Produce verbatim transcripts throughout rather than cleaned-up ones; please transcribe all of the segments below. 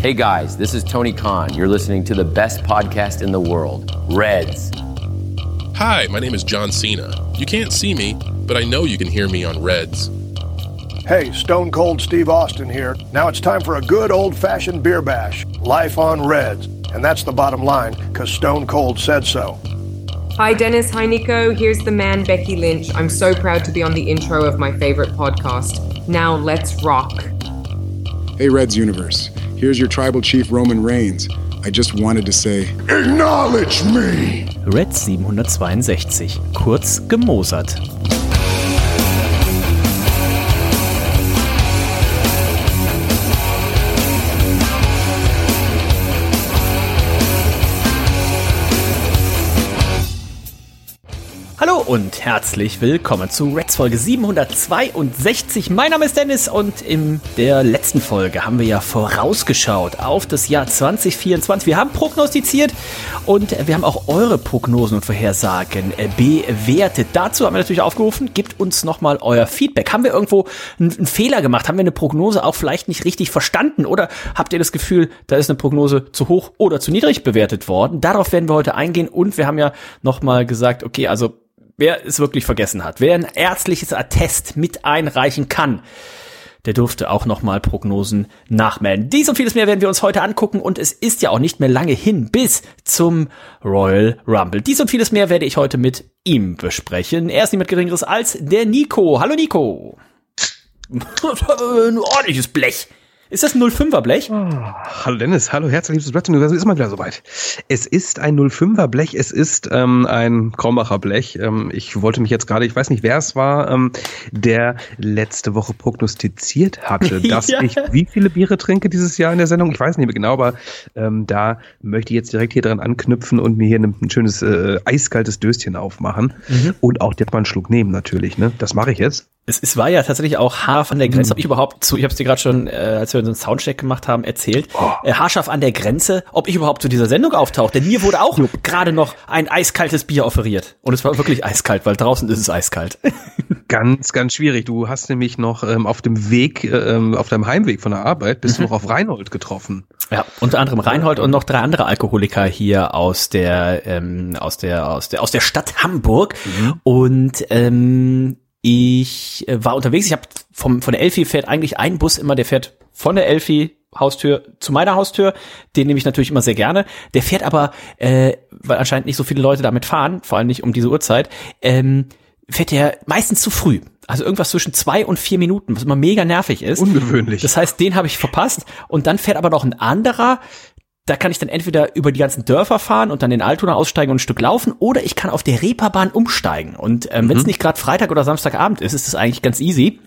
Hey guys, this is Tony Khan. You're listening to the best podcast in the world, Reds. Hi, my name is John Cena. You can't see me, but I know you can hear me on Reds. Hey, Stone Cold Steve Austin here. Now it's time for a good old-fashioned beer bash. Life on Reds. And that's the bottom line, because Stone Cold said so. Hi Dennis, hi Nico, here's the man Becky Lynch. I'm so proud to be on the intro of my favorite podcast. Now let's rock. Hey Reds Universe, here's your tribal chief Roman Reigns. I just wanted to say, acknowledge me! Reds siebenhundertzweiundsechzig, kurz gemosert. Hallo und herzlich willkommen zu Reds Folge siebenhundertzweiundsechzig. Mein Name ist Dennis und in der letzten Folge haben wir ja vorausgeschaut auf das Jahr zwanzig vierundzwanzig. Wir haben prognostiziert und wir haben auch eure Prognosen und Vorhersagen bewertet. Dazu haben wir natürlich aufgerufen, gebt uns nochmal euer Feedback. Haben wir irgendwo einen Fehler gemacht? Haben wir eine Prognose auch vielleicht nicht richtig verstanden? Oder habt ihr das Gefühl, da ist eine Prognose zu hoch oder zu niedrig bewertet worden? Darauf werden wir heute eingehen und wir haben ja nochmal gesagt, okay, also wer es wirklich vergessen hat, wer ein ärztliches Attest mit einreichen kann, der durfte auch nochmal Prognosen nachmelden. Dies und vieles mehr werden wir uns heute angucken und es ist ja auch nicht mehr lange hin bis zum Royal Rumble. Dies und vieles mehr werde ich heute mit ihm besprechen. Er ist niemand Geringeres als der Nico. Hallo Nico. Ein ordentliches Blech. Ist das ein null fünfer Blech? Oh, hallo Dennis, hallo herzlich liebes Red Universum, ist mal wieder soweit. Es ist ein null fünfer Blech, es ist ähm, ein Krombacher Blech. Ähm, ich wollte mich jetzt gerade, ich weiß nicht, wer es war, ähm, der letzte Woche prognostiziert hatte, dass ja. ich wie viele Biere trinke dieses Jahr in der Sendung. Ich weiß nicht mehr genau, aber ähm, da möchte ich jetzt direkt hier dran anknüpfen und mir hier ein, ein schönes äh, eiskaltes Döschen aufmachen mhm. und auch direkt mal einen Schluck nehmen natürlich. Ne? Das mache ich jetzt. Es, es war ja tatsächlich auch haarscharf an der Grenze. Mhm. Ob ich überhaupt zu, ich habe es dir gerade schon, äh, als wir so einen Soundcheck gemacht haben, erzählt, oh. äh, haarscharf an der Grenze, ob ich überhaupt zu dieser Sendung auftauche. Denn mir wurde auch gerade noch ein eiskaltes Bier offeriert. Und es war wirklich eiskalt, weil draußen ist es eiskalt. Ganz, ganz schwierig. Du hast nämlich noch ähm, auf dem Weg, ähm, auf deinem Heimweg von der Arbeit, bist mhm. du noch auf Reinhold getroffen. Ja, unter anderem Reinhold und noch drei andere Alkoholiker hier aus der, ähm, aus der, aus der, aus der Stadt Hamburg. Mhm. Und ähm, ich war unterwegs, ich habe vom von der Elfi fährt eigentlich ein Bus immer, der fährt von der Elfi Haustür zu meiner Haustür, den nehme ich natürlich immer sehr gerne. Der fährt aber, äh, weil anscheinend nicht so viele Leute damit fahren, vor allem nicht um diese Uhrzeit, ähm, fährt der meistens zu früh. Also irgendwas zwischen zwei und vier Minuten, was immer mega nervig ist. Ungewöhnlich. Das heißt, den habe ich verpasst und dann fährt aber noch ein anderer. Da kann ich dann entweder über die ganzen Dörfer fahren und dann in Altona aussteigen und ein Stück laufen oder ich kann auf der Reeperbahn umsteigen. Und ähm, mhm. wenn es nicht gerade Freitag oder Samstagabend ist, ist es eigentlich ganz easy.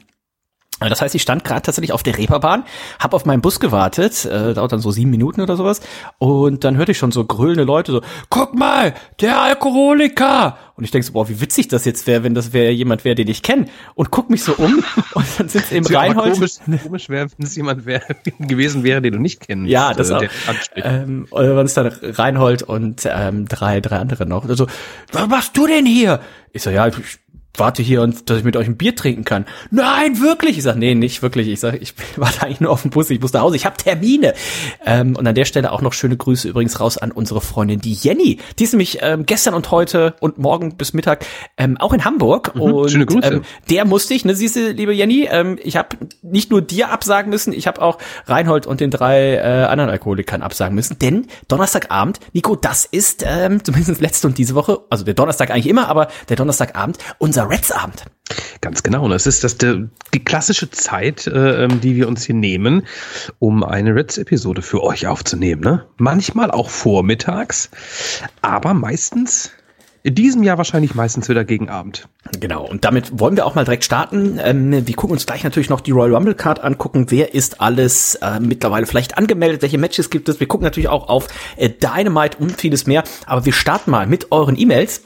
Das heißt, ich stand gerade tatsächlich auf der Reeperbahn, habe auf meinen Bus gewartet, äh, dauert dann so sieben Minuten oder sowas, und dann hörte ich schon so grölende Leute so, guck mal, der Alkoholiker! Und ich denke so, boah, wie witzig das jetzt wäre, wenn das wäre jemand wäre, den ich kenne. Und guck mich so um und dann sind es eben Reinhold. Komisch, komisch wäre, wenn es jemand wär, gewesen wäre, den du nicht kennst. Ja, das äh, auch. Ähm, oder waren es dann Reinhold und ähm, drei, drei andere noch. Also, was machst du denn hier? Ich so, ja, ich warte hier und dass ich mit euch ein Bier trinken kann. Nein, wirklich? Ich sag, nee, nicht wirklich. Ich sag, ich warte eigentlich nur auf den Bus, ich muss nach Hause, ich habe Termine. Ähm, und an der Stelle auch noch schöne Grüße übrigens raus an unsere Freundin, die Jenny. Die ist nämlich ähm, gestern und heute und morgen bis Mittag ähm, auch in Hamburg. Mhm, und schöne Grüße. Ähm, der musste ich, ne, siehst du, liebe Jenny, ähm, ich habe nicht nur dir absagen müssen, ich habe auch Reinhold und den drei äh, anderen Alkoholikern absagen müssen. Denn Donnerstagabend, Nico, das ist ähm, zumindest letzte und diese Woche, also der Donnerstag eigentlich immer, aber der Donnerstagabend, unser Reds-Abend. Ganz genau. Und das ist das der, die klassische Zeit, äh, die wir uns hier nehmen, um eine Reds-Episode für euch aufzunehmen. Ne? Manchmal auch vormittags, aber meistens, in diesem Jahr wahrscheinlich meistens wieder gegen Abend. Genau. Und damit wollen wir auch mal direkt starten. Ähm, wir gucken uns gleich natürlich noch die Royal Rumble Card angucken. Wer ist alles äh, mittlerweile vielleicht angemeldet? Welche Matches gibt es? Wir gucken natürlich auch auf äh, Dynamite und vieles mehr. Aber wir starten mal mit euren E-Mails,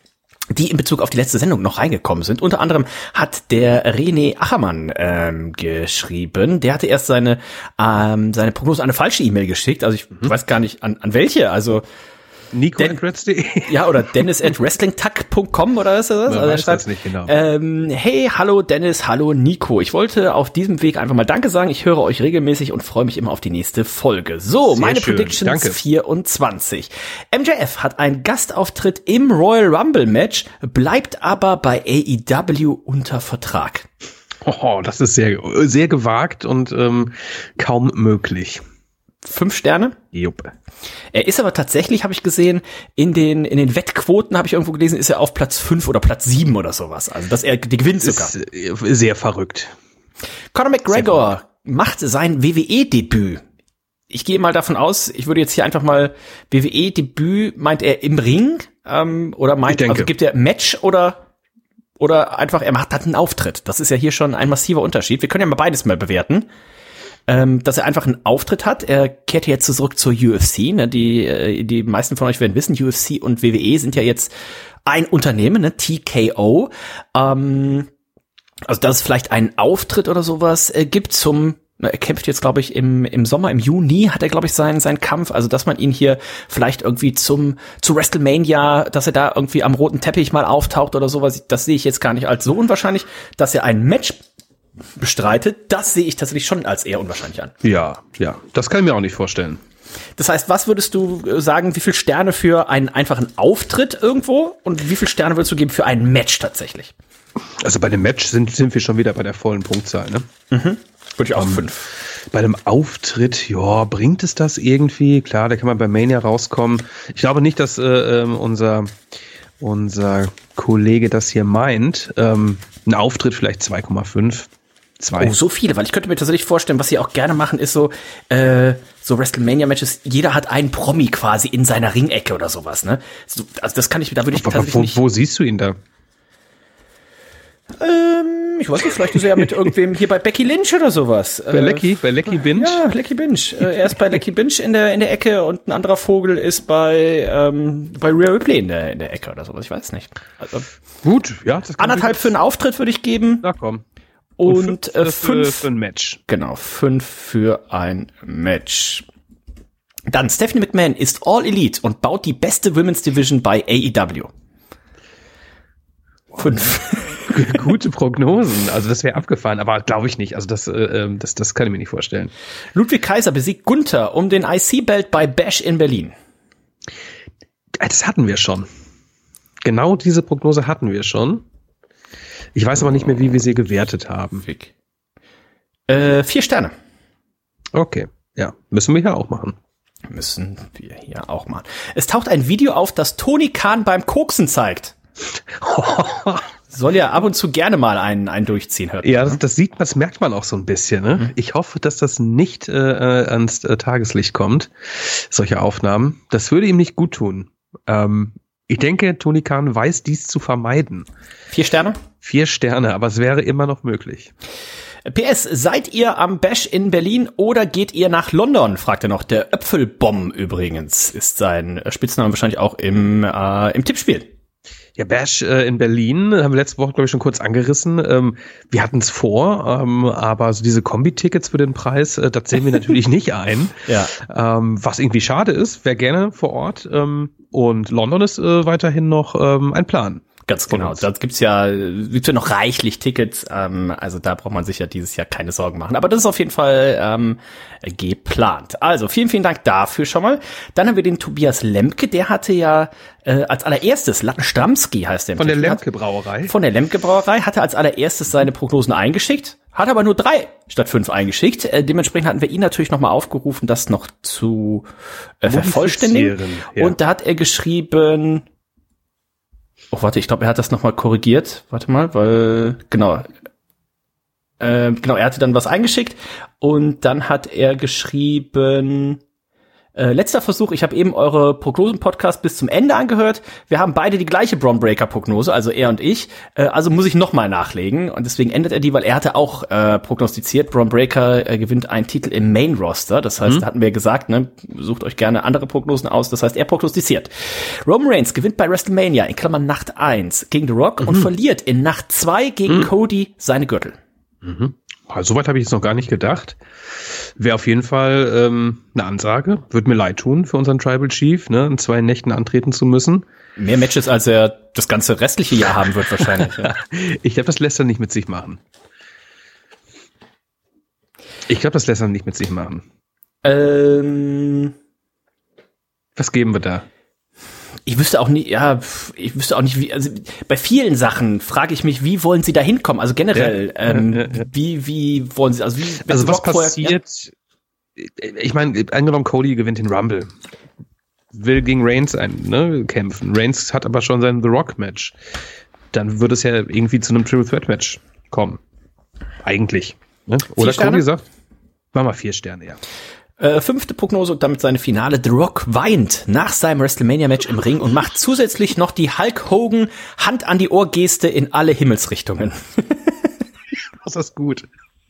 die in Bezug auf die letzte Sendung noch reingekommen sind. Unter anderem hat der René Achermann ähm, geschrieben. Der hatte erst seine ähm, seine Prognose an eine falsche E-Mail geschickt. Also ich mhm. weiß gar nicht, an, an welche. Also Nico Den- at reds punkt de. Ja, oder Dennis at wrestlingtuck punkt com oder was ist das? Man Also er weiß schreibt, das nicht genau. Ähm, hey, hallo Dennis, hallo Nico. Ich wollte auf diesem Weg einfach mal Danke sagen. Ich höre euch regelmäßig und freue mich immer auf die nächste Folge. So, Sehr meine schön, Predictions danke. vierundzwanzig. M J F hat einen Gastauftritt im Royal Rumble Match, bleibt aber bei A E W unter Vertrag. Oh, das ist sehr, sehr gewagt und ähm, kaum möglich. Fünf Sterne? Jupp. Er ist aber tatsächlich, habe ich gesehen, in den in den Wettquoten, habe ich irgendwo gelesen, ist er auf Platz fünf oder Platz sieben oder sowas. Also, dass er die gewinnt sogar. Ist äh, sehr verrückt. Conor McGregor macht sein W W E-Debüt. Ich gehe mal davon aus, ich würde jetzt hier einfach mal W W E-Debüt, meint er im Ring? Ähm, oder meint, Ich denke. also gibt er ein Match oder, oder einfach, er macht hat einen Auftritt. Das ist ja hier schon ein massiver Unterschied. Wir können ja mal beides mal bewerten. Ähm, dass er einfach einen Auftritt hat. Er kehrt jetzt zurück zur U F C. Ne? Die, äh, die meisten von euch werden wissen, U F C und W W E sind ja jetzt ein Unternehmen, ne? T K O. Ähm, also dass es vielleicht einen Auftritt oder sowas äh, gibt zum, na, er kämpft jetzt, glaube ich, im im Sommer, im Juni hat er, glaube ich, seinen seinen Kampf. Also dass man ihn hier vielleicht irgendwie zum zu WrestleMania, dass er da irgendwie am roten Teppich mal auftaucht oder sowas, das sehe ich jetzt gar nicht als so unwahrscheinlich. Dass er ein Match bestreitet, das sehe ich tatsächlich schon als eher unwahrscheinlich an. Ja, ja. Das kann ich mir auch nicht vorstellen. Das heißt, was würdest du sagen, wie viel Sterne für einen einfachen Auftritt irgendwo und wie viel Sterne würdest du geben für ein Match tatsächlich? Also bei dem Match sind, sind wir schon wieder bei der vollen Punktzahl, ne? Mhm. Würde ich auch fünf. Bei einem Auftritt, ja, bringt es das irgendwie? Klar, da kann man bei Mania rauskommen. Ich glaube nicht, dass äh, ähm, unser, unser Kollege das hier meint. Ähm, ein Auftritt vielleicht zwei Komma fünf. Zwei. Oh, so viele, weil ich könnte mir tatsächlich vorstellen, was sie auch gerne machen, ist so, äh, so WrestleMania-Matches, jeder hat einen Promi quasi in seiner Ringecke oder sowas, ne? So, also das kann ich, da würde ich Aber tatsächlich wo, nicht. wo siehst du ihn da? Ähm, ich weiß nicht, vielleicht ist er ja mit irgendwem hier bei Becky Lynch oder sowas. Bei Äh, Lecky? Bei Lecky Binge? Ja, Lecky Binge. Äh, er ist bei Lecky Binge in der in der Ecke und ein anderer Vogel ist bei ähm, bei Rhea Ripley in der in der Ecke oder sowas. Ich weiß nicht. Also Gut, ja. Das kann anderthalb für einen Auftritt würde ich geben Na komm. und, fünf äh, für, fünf für ein Match. genau fünf für ein Match. Dann Stephanie McMahon ist All Elite und baut die beste Women's Division bei A E W. Fünf. Gute Prognosen. Also das wäre abgefahren, aber glaube ich nicht. Also das, äh, das, das kann ich mir nicht vorstellen. Ludwig Kaiser besiegt Gunther um den I C-Belt bei Bash in Berlin. Das hatten wir schon. Genau diese Prognose hatten wir schon. Ich weiß aber nicht mehr, wie wir sie gewertet haben. Äh, vier Sterne. Okay, ja, müssen wir ja auch machen. Müssen wir hier auch machen. Es taucht ein Video auf, das Tony Khan beim Koksen zeigt. Soll ja ab und zu gerne mal einen, einen durchziehen, hört man, Ja, das, ne? das sieht man, das merkt man auch so ein bisschen. Ne? Mhm. Ich hoffe, dass das nicht äh, ans äh, Tageslicht kommt, solche Aufnahmen. Das würde ihm nicht gut tun. Ähm, ich denke, Tony Khan weiß dies zu vermeiden. Vier Sterne? Vier Sterne, aber es wäre immer noch möglich. P S, seid ihr am Bash in Berlin oder geht ihr nach London? Fragt er noch. Der Öpfelbomb übrigens ist sein Spitzname wahrscheinlich auch im, äh, im Tippspiel. Ja, Bash äh, in Berlin haben wir letzte Woche, glaube ich, schon kurz angerissen. Ähm, wir hatten es vor, ähm, aber so diese Kombi-Tickets für den Preis, äh, das sehen wir natürlich nicht ein. Ja. Ähm, was irgendwie schade ist, wäre gerne vor Ort. Ähm, und London ist äh, weiterhin noch ähm, ein Plan. Ganz genau. Da gibt's ja, gibt's ja noch reichlich Tickets. Ähm, also da braucht man sich ja dieses Jahr keine Sorgen machen. Aber das ist auf jeden Fall ähm, geplant. Also vielen, vielen Dank dafür schon mal. Dann haben wir den Tobias Lemke. Der hatte ja äh, als allererstes, Lattenstramski heißt der. im Von der Titel, Lemke Brauerei. Von der Lemke Brauerei. Hatte als allererstes seine Prognosen eingeschickt. Hat aber nur drei statt fünf eingeschickt. Äh, dementsprechend hatten wir ihn natürlich nochmal aufgerufen, das noch zu äh, vervollständigen. Ja. Und da hat er geschrieben... Oh, warte, ich glaube, er hat das nochmal korrigiert. Warte mal, weil, genau. Äh, genau, er hatte dann was eingeschickt und dann hat er geschrieben, äh, letzter Versuch, ich habe eben eure Prognosen-Podcast bis zum Ende angehört. Wir haben beide die gleiche Braun Breaker-Prognose, also er und ich. Äh, also muss ich nochmal nachlegen und deswegen ändert er die, weil er hatte auch äh, prognostiziert, Braun Breaker äh, gewinnt einen Titel im Main-Roster. Das heißt, mhm. da hatten wir gesagt, ne, sucht euch gerne andere Prognosen aus. Das heißt, er prognostiziert. Roman Reigns gewinnt bei WrestleMania in Klammern Nacht eins gegen The Rock mhm. und verliert in Nacht zwei gegen mhm. Cody seine Gürtel. Mhm. Also, soweit habe ich jetzt noch gar nicht gedacht. Wäre auf jeden Fall ähm, eine Ansage. Würde mir leid tun für unseren Tribal Chief, ne, in zwei Nächten antreten zu müssen. Mehr Matches, als er das ganze restliche Jahr haben wird wahrscheinlich. Ja. Ich glaube, das lässt er nicht mit sich machen. Ich glaube, das lässt er nicht mit sich machen. Ähm, Was geben wir da? Ich wüsste auch nicht, ja, ich wüsste auch nicht, wie, also bei vielen Sachen frage ich mich, wie wollen sie da hinkommen? Also generell, ja, ähm, ja, ja. wie, wie wollen sie, also wie, also was passiert, vorher, ja? Ich meine, angenommen Cody gewinnt den Rumble, will gegen Reigns ein, ne, kämpfen. Reigns hat aber schon sein The Rock Match. Dann würde es ja irgendwie zu einem Triple Threat Match kommen. Eigentlich. Ne? Oder Cody sagt, mach mal vier Sterne, ja. Äh, fünfte Prognose und damit seine Finale. The Rock weint nach seinem WrestleMania-Match im Ring und macht zusätzlich noch die Hulk Hogan Hand an die Ohr-Geste in alle Himmelsrichtungen. Das ist gut.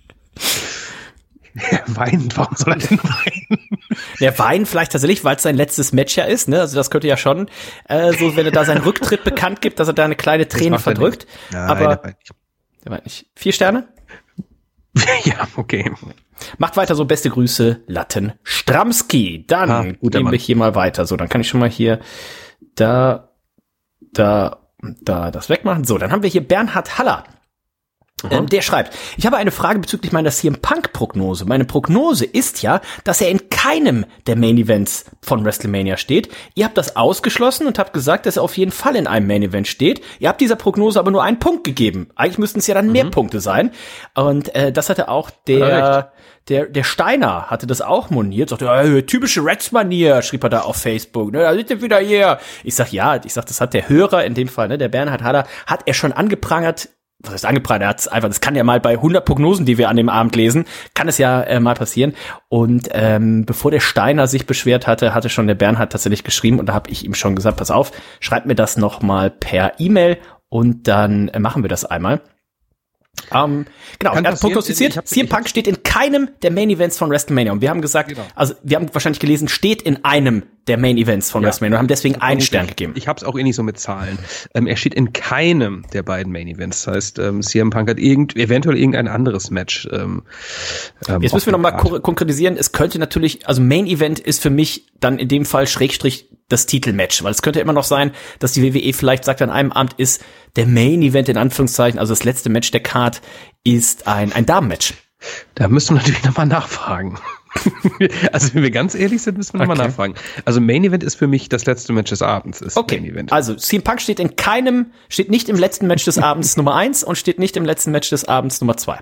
Er weint, warum soll er denn weinen? Der weint vielleicht tatsächlich, weil es sein letztes Match ja ist, ne? Also das könnte ja schon äh, so, wenn er da seinen Rücktritt bekannt gibt, dass er da eine kleine Träne verdrückt. Nein, aber der weint nicht. Der weint nicht. Vier Sterne? Ja, okay. Macht weiter so, beste Grüße, Latten Stramski. Dann ah, gehen wir hier mal weiter. So, dann kann ich schon mal hier da, da, da das wegmachen. So, dann haben wir hier Bernhard Haller. Ähm, der schreibt, ich habe eine Frage bezüglich meiner C M Punk-Prognose. Meine Prognose ist ja, dass er in keinem der Main-Events von WrestleMania steht. Ihr habt das ausgeschlossen und habt gesagt, dass er auf jeden Fall in einem Main-Event steht. Ihr habt dieser Prognose aber nur einen Punkt gegeben. Eigentlich müssten es ja dann mhm. mehr Punkte sein. Und äh, das hatte auch der... Der, der Steiner hatte das auch moniert, sagte, äh, typische Reds-Manier, schrieb er da auf Facebook, ne, da sind wir wieder hier. Ich sag, ja, ich sag, das hat der Hörer in dem Fall, ne, der Bernhard Haller, hat er schon angeprangert, was heißt angeprangert, er hat's einfach, das kann ja mal bei hundert Prognosen, die wir an dem Abend lesen, kann es ja äh, mal passieren. Und ähm, bevor der Steiner sich beschwert hatte, hatte schon der Bernhard tatsächlich geschrieben und da habe ich ihm schon gesagt, pass auf, schreib mir das nochmal per E-Mail und dann äh, machen wir das einmal. Um, genau, er hat prognostiziert, C M Punk steht in keinem der Main Events von WrestleMania. Und wir haben gesagt, genau. also wir haben wahrscheinlich gelesen, steht in einem der Main Events von ja. WrestleMania und haben deswegen einen Stern gegeben. Ich habe es auch eh nicht so mit Zahlen. Ähm, er steht in keinem der beiden Main Events. Das heißt, ähm, C M Punk hat irgend, eventuell irgendein anderes Match. Ähm, Jetzt müssen wir nochmal ko- konkretisieren. Es könnte natürlich, also Main Event ist für mich dann in dem Fall Schrägstrich das Titelmatch, weil es könnte immer noch sein, dass die W W E vielleicht sagt, an einem Abend ist der Main Event in Anführungszeichen, also das letzte Match der Card, ist ein, ein Damenmatch. Da müssen wir natürlich nochmal nachfragen. Also wenn wir ganz ehrlich sind, müssen wir nochmal okay. nachfragen. Also Main Event ist für mich das letzte Match des Abends. Ist okay, Main Event. Also C M Punk steht in keinem, steht nicht im letzten Match des Abends Nummer eins und steht nicht im letzten Match des Abends Nummer zwei.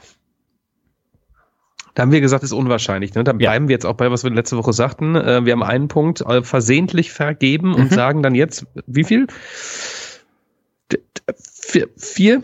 Da haben wir gesagt, ist unwahrscheinlich. Ne? Da bleiben ja. wir jetzt auch bei, was wir letzte Woche sagten. Wir haben einen Punkt versehentlich vergeben mhm. und sagen dann jetzt, wie viel? Vier? vier?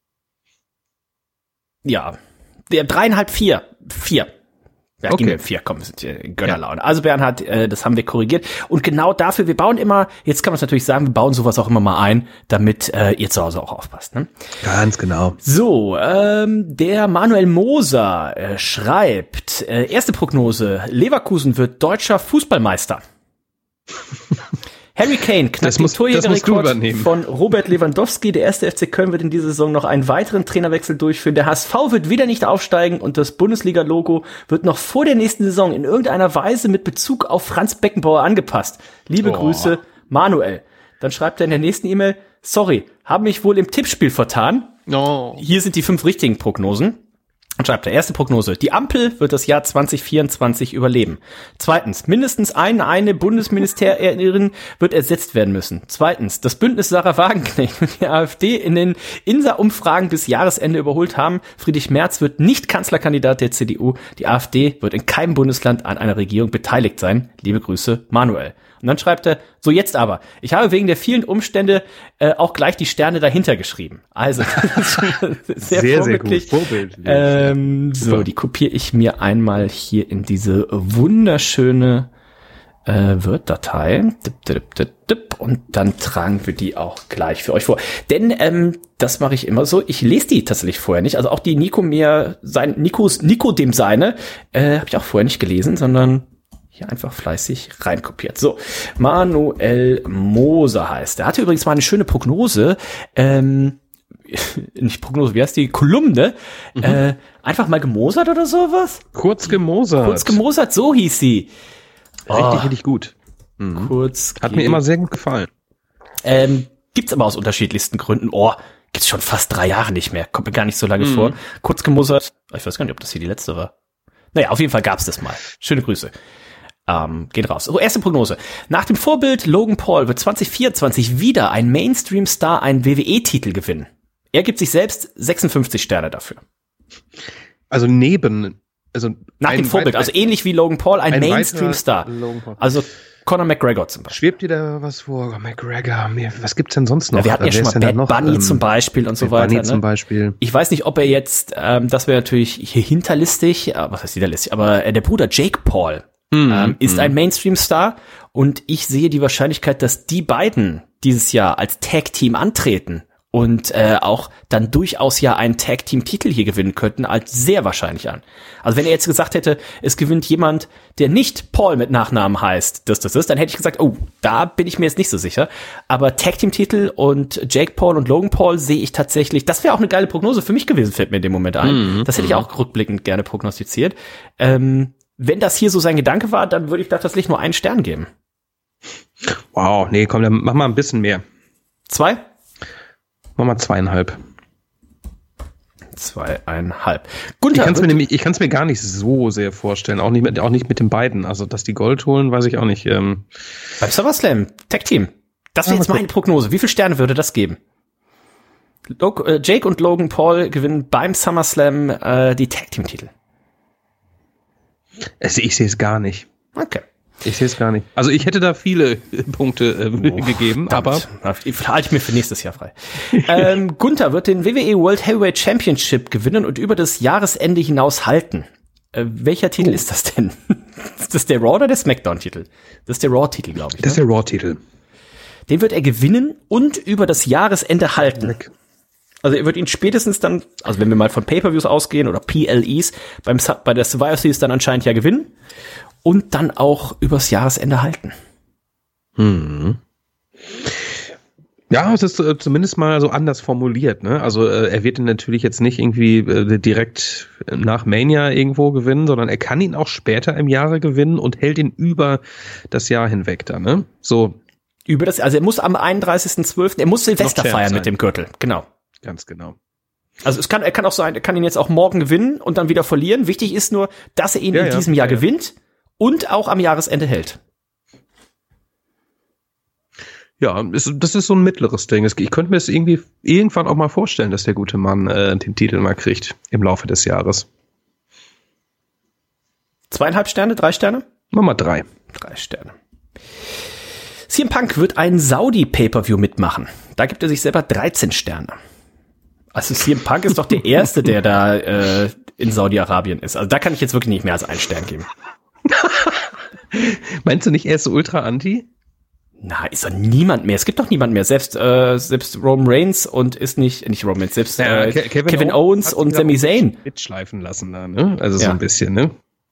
Ja, der dreieinhalb, vier. Vier. Ja, okay. Gehen wir vier, komm, sind hier Gönnerlaune. Ja. Also Bernhard, äh, das haben wir korrigiert. Und genau dafür, wir bauen immer, jetzt kann man es natürlich sagen, wir bauen sowas auch immer mal ein, damit äh, ihr zu Hause auch aufpasst. Ne? Ganz genau. So, ähm, der Manuel Moser äh, schreibt, äh, erste Prognose, Leverkusen wird deutscher Fußballmeister. Harry Kane knackt den Torjägerrekord von Robert Lewandowski. Der erste F C Köln wird in dieser Saison noch einen weiteren Trainerwechsel durchführen. Der H S V wird wieder nicht aufsteigen und das Bundesliga-Logo wird noch vor der nächsten Saison in irgendeiner Weise mit Bezug auf Franz Beckenbauer angepasst. Liebe oh. Grüße, Manuel. Dann schreibt er in der nächsten E-Mail, sorry, habe mich wohl im Tippspiel vertan. Oh. Hier sind die fünf richtigen Prognosen. Und schreibt der erste Prognose. Die Ampel wird das Jahr zwanzig vierundzwanzig überleben. Zweitens, mindestens eine, eine Bundesministerin wird ersetzt werden müssen. Zweitens, das Bündnis Sarah Wagenknecht und die AfD in den I N S A-Umfragen bis Jahresende überholt haben. Friedrich Merz wird nicht Kanzlerkandidat der C D U. Die AfD wird in keinem Bundesland an einer Regierung beteiligt sein. Liebe Grüße, Manuel. Und dann schreibt er, so jetzt aber. Ich habe wegen der vielen Umstände äh, auch gleich die Sterne dahinter geschrieben. Also, sehr, sehr vorbildlich. Sehr gut, vorbildlich. Ähm, so, die kopiere ich mir einmal hier in diese wunderschöne äh, Word-Datei. Und dann tragen wir die auch gleich für euch vor. Denn ähm, das mache ich immer so. Ich lese die tatsächlich vorher nicht. Also auch die Nico mir, sein Nikos, Nico dem seine, äh, habe ich auch vorher nicht gelesen, sondern hier einfach fleißig reinkopiert. So, Manuel Moser heißt. Er hatte übrigens mal eine schöne Prognose ähm, nicht Prognose, wie heißt die? Kolumne, mhm. äh, einfach mal gemosert oder sowas? Kurz gemosert. Kurz gemosert, so hieß sie. Richtig, oh. richtig gut. Mhm. Kurz. Hat mir immer sehr gut gefallen. Ähm, gibt's aber aus unterschiedlichsten Gründen. Oh, gibt's schon fast drei Jahre nicht mehr. Kommt mir gar nicht so lange mhm. vor. Kurz gemosert. Ich weiß gar nicht, ob das hier die letzte war. Naja, auf jeden Fall gab's das mal. Schöne Grüße. Ähm, geht raus. So, erste Prognose. Nach dem Vorbild Logan Paul wird zwanzig vierundzwanzig wieder ein Mainstream-Star einen W W E-Titel gewinnen. Er gibt sich selbst sechsundfünfzig Sterne dafür. Also neben, also nach dem Vorbild, also ähnlich wie Logan Paul, ein, ein Mainstream-Star. Also Conor McGregor zum Beispiel. Schwebt dir da was vor? Oh, McGregor, was gibt's denn sonst noch? Ja, wir hatten ja schon mal Bad noch? Bunny ähm, zum Beispiel und so weiter. Bunny zum Beispiel. Ich weiß nicht, ob er jetzt, ähm, das wäre natürlich hier hinterlistig, äh, was heißt hinterlistig, aber äh, der Bruder Jake Paul mm, ähm, ist mm. ein Mainstream-Star und ich sehe die Wahrscheinlichkeit, dass die beiden dieses Jahr als Tag-Team antreten und äh, auch dann durchaus ja einen Tag-Team-Titel hier gewinnen könnten, als sehr wahrscheinlich an. Also wenn er jetzt gesagt hätte, es gewinnt jemand, der nicht Paul mit Nachnamen heißt, das, das ist, dann hätte ich gesagt, oh, da bin ich mir jetzt nicht so sicher. Aber Tag-Team-Titel und Jake Paul und Logan Paul sehe ich tatsächlich, das wäre auch eine geile Prognose für mich gewesen, fällt mir in dem Moment ein. Mhm. Das hätte ich auch rückblickend gerne prognostiziert. Ähm, wenn das hier so sein Gedanke war, dann würde ich da tatsächlich nur einen Stern geben. Wow, nee, komm, dann mach mal ein bisschen mehr. Zwei? Mach mal zweieinhalb. Zweieinhalb. Gunther, ich kann es mir nämlich, ich kann es mir gar nicht so sehr vorstellen, auch nicht mit, auch nicht mit den beiden. Also, dass die Gold holen, weiß ich auch nicht. Ähm Beim SummerSlam, Tag Team. Das wäre jetzt meine Prognose. Wie viele Sterne würde das geben? Log- äh, Jake und Logan Paul gewinnen beim SummerSlam äh, die Tag Team Titel. Also, ich sehe es gar nicht. Okay. Ich sehe es gar nicht. Also ich hätte da viele Punkte äh, oh, gegeben, verdammt. aber halte ich mir für nächstes Jahr frei. ähm, Gunther wird den W W E World Heavyweight Championship gewinnen und über das Jahresende hinaus halten. Äh, welcher Titel oh. ist das denn? Ist das der Raw oder der SmackDown-Titel? Das ist der Raw-Titel, glaube ich. Das ne? ist der Raw-Titel. Den wird er gewinnen und über das Jahresende halten. Weg. Also er wird ihn spätestens dann, also wenn wir mal von Pay-Per-Views ausgehen oder P L Es, beim bei der Survivor Series dann anscheinend ja gewinnen. Und dann auch übers Jahresende halten. Hm. Ja, es ist äh, zumindest mal so anders formuliert, ne? Also äh, er wird ihn natürlich jetzt nicht irgendwie äh, direkt nach Mania irgendwo gewinnen, sondern er kann ihn auch später im Jahre gewinnen und hält ihn über das Jahr hinweg da, ne? So. Über das, also er muss am einunddreißigsten zwölften er muss Silvester feiern sein. Mit dem Gürtel, genau. Ganz genau. Also es kann, er kann auch sein, er kann ihn jetzt auch morgen gewinnen und dann wieder verlieren. Wichtig ist nur, dass er ihn ja, in diesem ja, Jahr ja. gewinnt. Und auch am Jahresende hält. Ja, ist, das ist so ein mittleres Ding. Ich könnte mir es irgendwie irgendwann auch mal vorstellen, dass der gute Mann äh, den Titel mal kriegt im Laufe des Jahres. Zweieinhalb Sterne, drei Sterne? Mach mal drei. Drei Sterne. C M Punk wird einen Saudi-Pay-Per-View mitmachen. Da gibt er sich selber dreizehn Sterne. Also C M Punk ist doch der Erste, der da äh, in Saudi-Arabien ist. Also da kann ich jetzt wirklich nicht mehr als einen Stern geben. Meinst du nicht, er ist so ultra anti? Na, ist doch niemand mehr. Es gibt doch niemand mehr. Selbst äh, selbst Roman Reigns und ist nicht, nicht Roman Reigns, selbst ja, äh, Kevin, Kevin Owens und Sami Zayn. Mitschleifen lassen da, ne? Also ja. so ein bisschen, ne?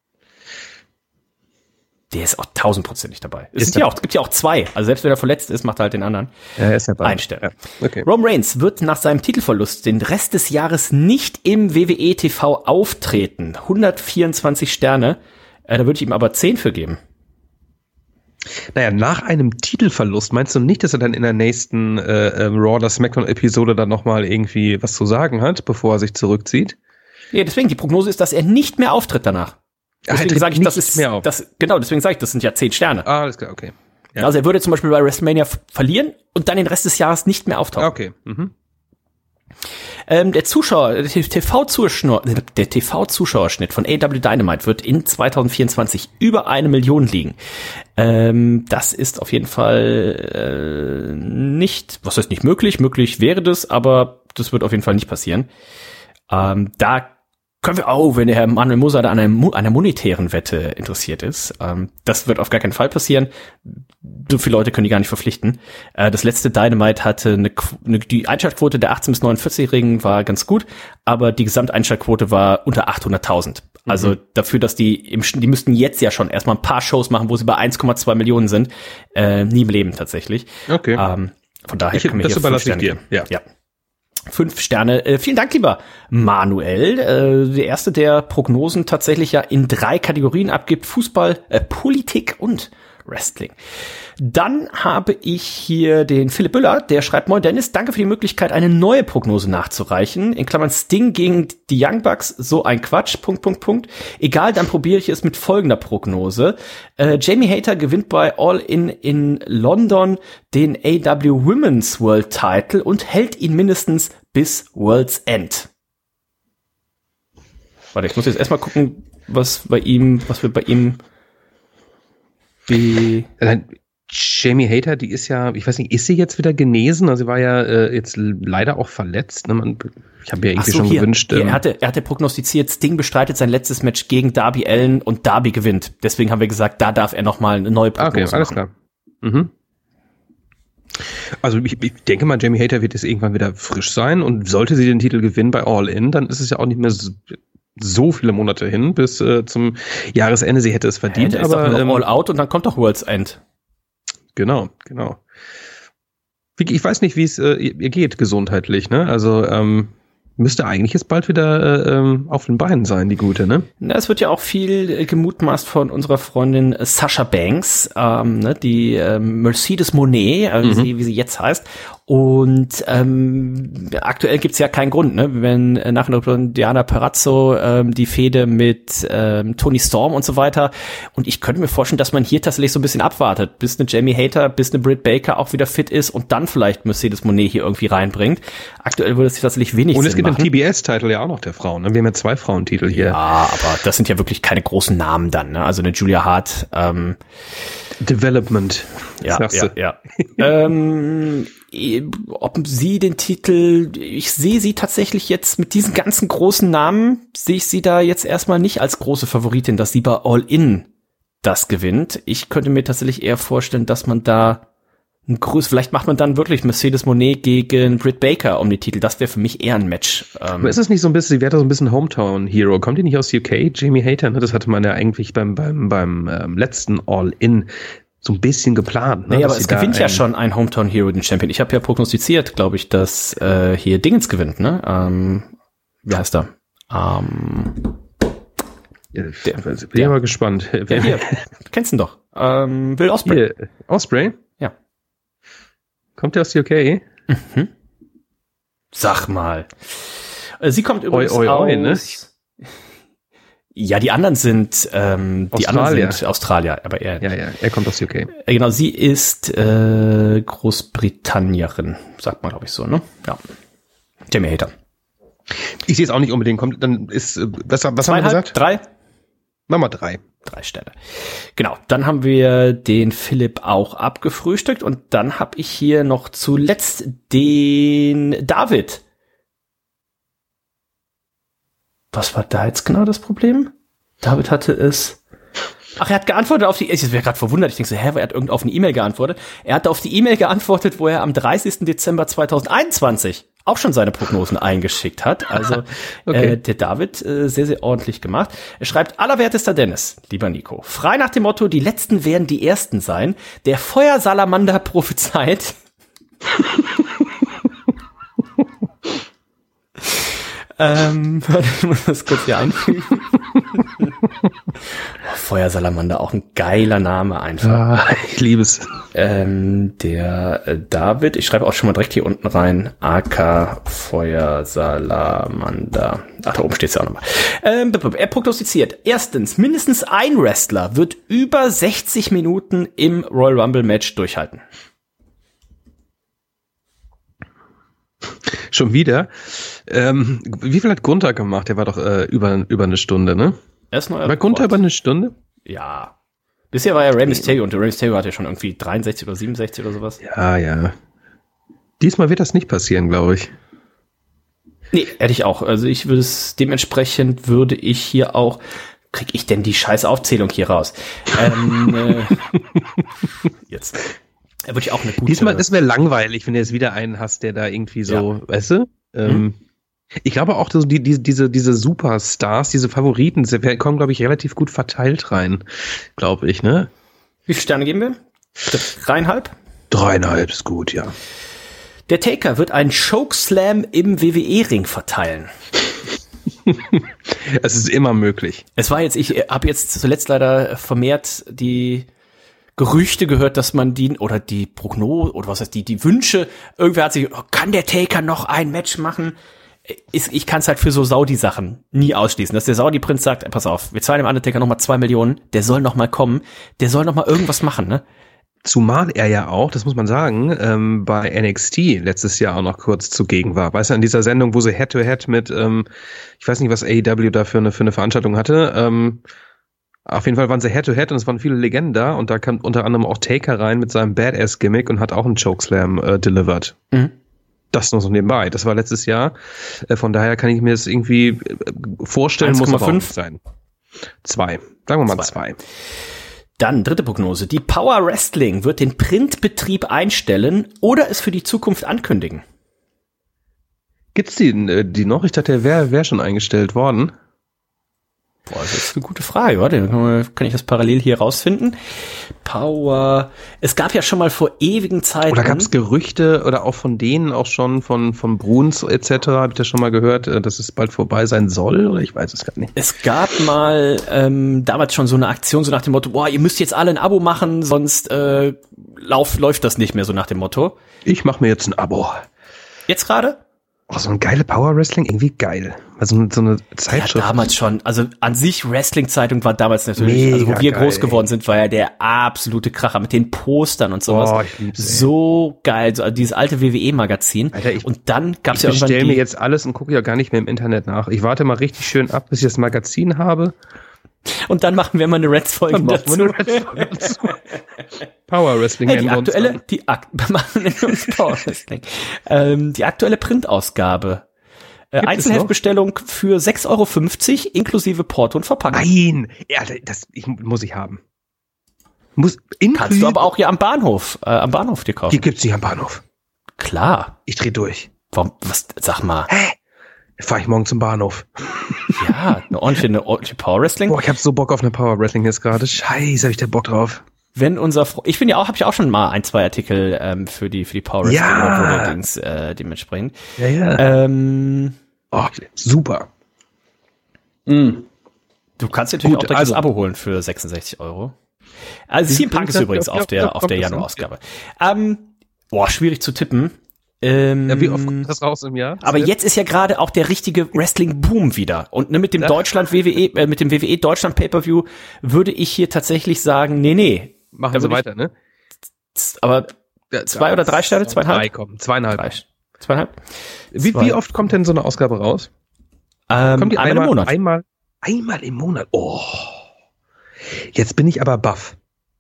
Der ist auch tausendprozentig dabei. Es sind ja auch, gibt ja auch zwei. Also selbst wenn er verletzt ist, macht er halt den anderen. Ja, er ist ja bei. Ein Stern. Ja. Okay. Roman Reigns wird nach seinem Titelverlust den Rest des Jahres nicht im W W E T V auftreten. hundertvierundzwanzig Sterne. Äh, da würde ich ihm aber zehn für geben. Naja, nach einem Titelverlust meinst du nicht, dass er dann in der nächsten äh, äh, Raw oder Smackdown-Episode dann nochmal irgendwie was zu sagen hat, bevor er sich zurückzieht? Ja, deswegen, die Prognose ist, dass er nicht mehr auftritt danach. Deswegen sage ich, das ist mehr auf. Das, genau, deswegen sage ich, das sind ja zehn Sterne. Ah, alles klar, okay. Ja. Also er würde zum Beispiel bei WrestleMania f- verlieren und dann den Rest des Jahres nicht mehr auftauchen. Okay. Mhm. Ähm, der Zuschauer, der T V-Zuschauerschnitt, der T V-Zuschauerschnitt von A E W Dynamite wird in zwanzig vierundzwanzig über eine Million liegen. Ähm, das ist auf jeden Fall äh, nicht, was heißt nicht möglich? Möglich wäre das, aber das wird auf jeden Fall nicht passieren. Ähm, da können wir, oh, wenn der Herr Manuel Moser da an einer, einer monetären Wette interessiert ist, ähm, das wird auf gar keinen Fall passieren. So viele Leute können die gar nicht verpflichten. Äh, das letzte Dynamite hatte eine, eine, die Einschaltquote der achtzehn bis neunundvierzig-Jährigen war ganz gut, aber die Gesamteinschaltquote war unter achthunderttausend. Also mhm. dafür, dass die, im, die müssten jetzt ja schon erstmal ein paar Shows machen, wo sie bei eins Komma zwei Millionen sind. Äh, nie im Leben tatsächlich. Okay. Ähm, von daher ich, können wir das hier überlasse ich dir. Ja. ja. Fünf Sterne. Äh, vielen Dank, lieber Manuel. Äh, der erste, der Prognosen tatsächlich ja in drei Kategorien abgibt. Fußball, äh, Politik und Wrestling. Dann habe ich hier den Philipp Müller, der schreibt: Moin Dennis, danke für die Möglichkeit, eine neue Prognose nachzureichen. In Klammern Sting gegen die Young Bucks, so ein Quatsch, Punkt, Punkt, Punkt. Egal, dann probiere ich es mit folgender Prognose. Äh, Jamie Hayter gewinnt bei All In in London den A E W Women's World Title und hält ihn mindestens bis World's End. Warte, ich muss jetzt erstmal gucken, was bei ihm, was wir bei ihm be- Jamie Hayter, die ist ja, ich weiß nicht, ist sie jetzt wieder genesen? Also sie war ja äh, jetzt leider auch verletzt. Ne? Man, ich habe ja irgendwie so, schon hier, gewünscht. Hier, Ähm, er, hatte, er hatte prognostiziert, Sting bestreitet sein letztes Match gegen Darby Allin und Darby gewinnt. Deswegen haben wir gesagt, da darf er nochmal eine neue Prognose okay, alles machen. klar. Mhm. Also ich, ich denke mal, Jamie Hayter wird jetzt irgendwann wieder frisch sein und sollte sie den Titel gewinnen bei All In, dann ist es ja auch nicht mehr so, so viele Monate hin bis äh, zum Jahresende. Sie hätte es verdient, Hätte, aber ist doch ähm, All Out und dann kommt doch World's End. Genau, genau. Ich weiß nicht, wie es äh, ihr geht gesundheitlich, ne? Also ähm, müsste eigentlich jetzt bald wieder äh, ähm, auf den Beinen sein, die Gute, ne? Na, es wird ja auch viel äh, gemutmaßt von unserer Freundin äh, Sasha Banks, ähm, ne, die äh, Mercedes Monet, äh, wie, Mhm. sie, wie sie jetzt heißt. Und ähm, aktuell gibt's ja keinen Grund, ne? Wenn äh, nach Diana Perazzo ähm, die Fehde mit ähm, Toni Storm und so weiter. Und ich könnte mir vorstellen, dass man hier tatsächlich so ein bisschen abwartet, bis eine Jamie Hayter, bis eine Britt Baker auch wieder fit ist und dann vielleicht Mercedes Monet hier irgendwie reinbringt. Aktuell würde es sich tatsächlich wenig Und Sinn es gibt machen. den T B S-Titel ja auch noch der Frauen. Ne? Wir haben ja zwei Frauentitel hier. Ja, aber das sind ja wirklich keine großen Namen dann, ne? Also eine Julia Hart, ähm, Development. ja, sagst ja, du. ja. ähm, eh, ob sie den Titel, ich sehe sie tatsächlich jetzt mit diesen ganzen großen Namen, sehe ich sie da jetzt erstmal nicht als große Favoritin, dass sie bei All In das gewinnt. Ich könnte mir tatsächlich eher vorstellen, dass man da ein Grüß, vielleicht macht man dann wirklich Mercedes Monet gegen Britt Baker um die Titel. Das wäre für mich eher ein Match. Ähm, Aber ist es nicht so ein bisschen, sie wäre doch so ein bisschen Hometown-Hero. Kommt die nicht aus U K? Jamie Hayter, ne? Das hatte man ja eigentlich beim, beim, beim ähm, letzten All-In so ein bisschen geplant. Ne? Nee, aber Dass es sie da gewinnt ja ein- schon ein Hometown Hero, den Champion. Ich habe ja prognostiziert, glaube ich, dass äh, hier Dingens gewinnt, ne? Ähm, wie heißt er? Ähm, Ja, der- bin ich der- mal gespannt. ja, hier, du kennst ihn doch. Ähm, Will Ospreay. Hier, Osprey? Ja. Kommt der aus U K? Sag mal. Äh, Sie kommt übrigens oi, aus... oi, ne? Ja, die anderen sind ähm, die Australier. anderen sind Australier, aber er Ja, ja, er kommt aus U K. Äh, Genau, sie ist äh, Großbritannierin, sagt man, glaube ich, so, ne? Ja. Jamie Hayter. Ich sehe es auch nicht unbedingt. Kommt, dann ist, äh, was, was haben wir Zweieinhalb, gesagt? drei? Mach mal drei. Drei Sterne. Genau, dann haben wir den Philipp auch abgefrühstückt und dann habe ich hier noch zuletzt den David. Was war da jetzt genau das Problem? David hatte es... Ach, er hat geantwortet auf die... Ich wäre gerade verwundert. Ich denke so, hä, er hat irgend auf eine E-Mail geantwortet. Er hat auf die E-Mail geantwortet, wo er am dreißigsten Dezember zweitausendeinundzwanzig auch schon seine Prognosen eingeschickt hat. Also Okay. äh, der David äh, sehr, sehr ordentlich gemacht. Er schreibt: Allerwertester Dennis, lieber Nico, frei nach dem Motto, die Letzten werden die Ersten sein. Der Feuersalamander prophezeit... ähm, warte, ich muss das kurz hier einfügen. Feuersalamander, auch ein geiler Name einfach. Ah, ich liebe es. Ähm, der äh, David, ich schreibe auch schon mal direkt hier unten rein, A K Feuersalamander. Ach, da oben steht es ja auch nochmal. Ähm, er prognostiziert, erstens, mindestens ein Wrestler wird über sechzig Minuten im Royal Rumble Match durchhalten. Schon wieder. Ähm, wie viel hat Gunther gemacht? Der war doch äh, über, über eine Stunde, ne? Er ist neuer War Gunther Rekord. über eine Stunde? Ja. Bisher war ja Rey Mysterio und der Rey Mysterio hatte ja schon irgendwie dreiundsechzig oder siebenundsechzig oder sowas. Ja, ja. Diesmal wird das nicht passieren, glaube ich. Nee, hätte ich auch. Also ich würde es, dementsprechend würde ich hier auch, krieg ich denn die scheiß Aufzählung hier raus? ähm, äh, jetzt. Da würde ich auch eine gute... Diesmal, das wäre langweilig, wenn du jetzt wieder einen hast, der da irgendwie so, Ja. weißt du? Ähm, ich glaube auch, dass die, die, diese, diese Superstars, diese Favoriten, sie kommen, glaube ich, relativ gut verteilt rein, glaube ich, ne? Wie viele Sterne geben wir? Dreieinhalb? Dreieinhalb ist gut, ja. Der Taker wird einen Chokeslam im W W E-Ring verteilen. Es ist immer möglich. Es war jetzt, ich habe jetzt zuletzt leider vermehrt die Gerüchte gehört, dass man die, oder die Prognose, oder was heißt die, die Wünsche, irgendwer hat sich, oh, kann der Taker noch ein Match machen? Ich, ich kann es halt für so Saudi-Sachen nie ausschließen, dass der Saudi-Prinz sagt, ey, pass auf, wir zahlen dem Undertaker nochmal zwei Millionen, der soll nochmal kommen, der soll nochmal irgendwas machen, ne? Zumal er ja auch, das muss man sagen, ähm, bei N X T letztes Jahr auch noch kurz zugegen war. Weißt du, in dieser Sendung, wo sie Head-to-Head mit, ähm, ich weiß nicht, was A E W da für eine, für eine Veranstaltung hatte, ähm, auf jeden Fall waren sie Head-to-Head und es waren viele Legenden da und da kam unter anderem auch Taker rein mit seinem Badass-Gimmick und hat auch einen Chokeslam äh, delivered. Mhm. Das noch so nebenbei. Das war letztes Jahr. Äh, von daher kann ich mir das irgendwie äh, vorstellen, eins Komma muss fünf sein. Zwei. Sagen wir mal zwei. zwei. Dann dritte Prognose. Die Power Wrestling wird den Printbetrieb einstellen oder es für die Zukunft ankündigen. Gibt's die, die noch? Ich dachte, der wäre wär schon eingestellt worden. Boah, das ist eine gute Frage. Warte, dann kann, man, kann ich das parallel hier rausfinden. Power. Es gab ja schon mal vor ewigen Zeiten. Oder gab es Gerüchte oder auch von denen auch schon, von, von Bruns et cetera, habe ich das schon mal gehört, dass es bald vorbei sein soll? Oder ich weiß es gar nicht. Es gab mal ähm, damals schon so eine Aktion, so nach dem Motto, boah, ihr müsst jetzt alle ein Abo machen, sonst äh, lauf, läuft das nicht mehr, so nach dem Motto. Ich mache mir jetzt ein Abo. Jetzt gerade? Oh, so ein geile Power Wrestling, irgendwie geil. Also so eine Zeitschrift. Ja, damals schon. Also an sich Wrestling-Zeitung war damals natürlich, Mega also wo wir geil, groß geworden sind, war ja der absolute Kracher mit den Postern und sowas. Oh, ich lieb's, ey. So geil, so, also dieses alte W W E-Magazin. Alter, ich, und dann gab's ich ja irgendwann Ich bestelle die, mir jetzt alles und gucke ja gar nicht mehr im Internet nach. Ich warte mal richtig schön ab, bis ich das Magazin habe. Und dann machen wir mal eine Reds-Folge dazu. Eine dazu. Power Wrestling. Hey, die aktuelle, die Ak- machen wir uns Power Wrestling. ähm, die aktuelle Printausgabe. Äh, Einzelheftbestellung für sechs Euro fünfzig inklusive Porto und Verpackung. Nein! Ja, das ich, muss ich haben. Muss Kannst du aber auch hier am Bahnhof, äh, am Bahnhof dir kaufen. Die gibt's nicht am Bahnhof. Klar. Ich dreh durch. Warum, was, sag mal. Hä? Fahr ich morgen zum Bahnhof. Ja, eine ordentliche, eine ordentliche Power Wrestling. Boah, ich hab so Bock auf eine Power Wrestling jetzt gerade. Scheiße, hab ich da Bock drauf. Wenn unser, Fro- ich bin ja auch, habe ich auch schon mal ein, zwei Artikel ähm, für die für die Power Wrestling ja. Dings, äh, dementsprechend. Ja, ja. Ähm, oh, super. Mm. Du kannst natürlich Gut, auch direkt also. das Abo holen für sechsundsechzig Euro. Also C M Punk ist übrigens auf der auf der Januar-Ausgabe. Ähm, boah, schwierig zu tippen. Ähm, Ja, wie oft kommt das raus im Jahr? Aber jetzt ist ja gerade auch der richtige Wrestling-Boom wieder. Und ne, mit dem Ja. Deutschland W W E, äh, mit dem W W E Deutschland Pay-Per-View würde ich hier tatsächlich sagen, nee, nee. Machen Da Sie würde weiter, ne? ich, aber zwei oder drei Sterne? Zweieinhalb? Drei kommen, zweieinhalb. Drei, zweieinhalb? Wie, Zwei. wie oft kommt denn so eine Ausgabe raus? Ähm, Kommt die einmal einmal im Monat. Einmal, einmal im Monat. Oh. Jetzt bin ich aber baff.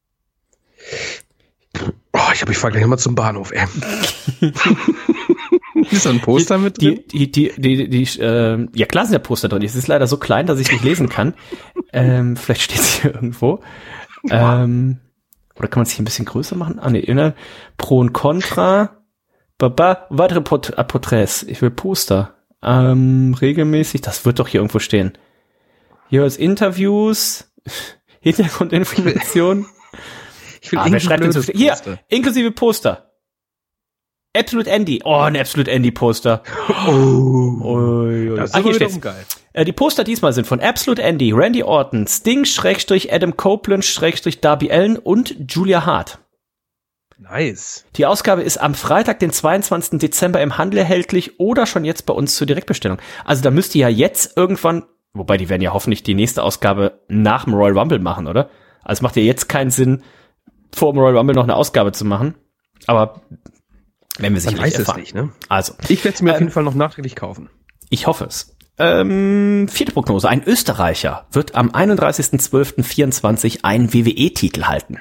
Oh, ich habe ich fahr gleich nochmal zum Bahnhof, ey. Ist da ein Poster mit drin? Die, die, die, die, die äh, ja klar sind ja Poster drin. Es ist leider so klein, dass ich nicht lesen kann. ähm, vielleicht steht es hier irgendwo. Ähm, oder kann man es hier ein bisschen größer machen? Ah, nee, ne? Pro und Contra. Baba, weitere Port- äh, Porträts. Ich will Poster. Ähm, regelmäßig, das wird doch hier irgendwo stehen. Hier ist Interviews, Hintergrundinformationen. Ich will Ah, wer schreibt denn so? blödes Hier, Poster. inklusive Poster. Absolute Andy. Oh, ein Absolute Andy Poster. Oh. Ui, ui. Das ist Ah, aber hier wiederum steht's. geil. Äh, die Poster diesmal sind von Absolute Andy, Randy Orton, Sting, Schrägstrich, Adam Copeland, Schrägstrich, Darby Allin und Julia Hart. Nice. Die Ausgabe ist am Freitag, den zweiundzwanzigsten Dezember im Handel erhältlich oder schon jetzt bei uns zur Direktbestellung. Also da müsst ihr ja jetzt irgendwann, wobei die werden ja hoffentlich die nächste Ausgabe nach dem Royal Rumble machen, oder? Also macht ja jetzt keinen Sinn, vor dem Royal Rumble noch eine Ausgabe zu machen. Aber wenn wir Man sicherlich weiß erfahren. es nicht, ne? Also, Ich werde es mir auf Ähm, jeden Fall noch nachträglich kaufen. ich hoffe es. Ähm, vierte Prognose. Ein Österreicher wird am einunddreißigsten zwölften vierundzwanzig einen W W E-Titel halten.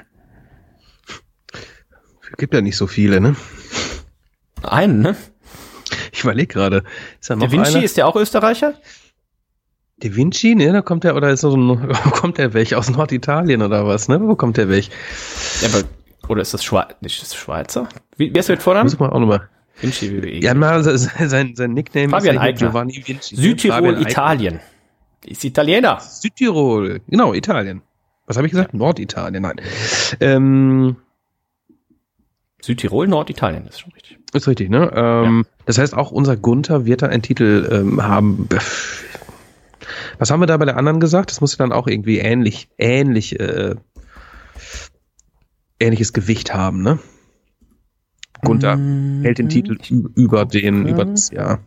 Gibt ja nicht so viele, ne? Einen, ne? Ich überlege gerade. Ist da noch Der Vinci, einer? ist der auch Österreicher? Da Vinci, ne? Da kommt der, oder ist so ein, kommt der weg? Aus Norditalien oder was, ne? Wo kommt der weg? Ja, aber, oder ist das Schweiz? Nicht das Schweizer? Wie, wer ist mit Vornamen? Muss man auch nochmal. Vinci W W E. Ja, mal, sein, sein Nickname Fabian ist ja hier Eigner. Giovanni Vinci. ne? Südtirol, Fabian Eigner. Italien. Ist Italiener. Südtirol, genau, Italien. Was habe ich gesagt? Norditalien, nein. Ähm, Südtirol, Norditalien, ist schon richtig. Ist richtig, ne? Ähm, Ja. Das heißt, auch unser Gunther wird da einen Titel ähm, haben. Was haben wir da bei der anderen gesagt? Das muss ja dann auch irgendwie ähnlich, ähnlich, äh, ähnliches Gewicht haben, ne? Gunther Mhm. hält den Titel ü- über den, über das Jahr.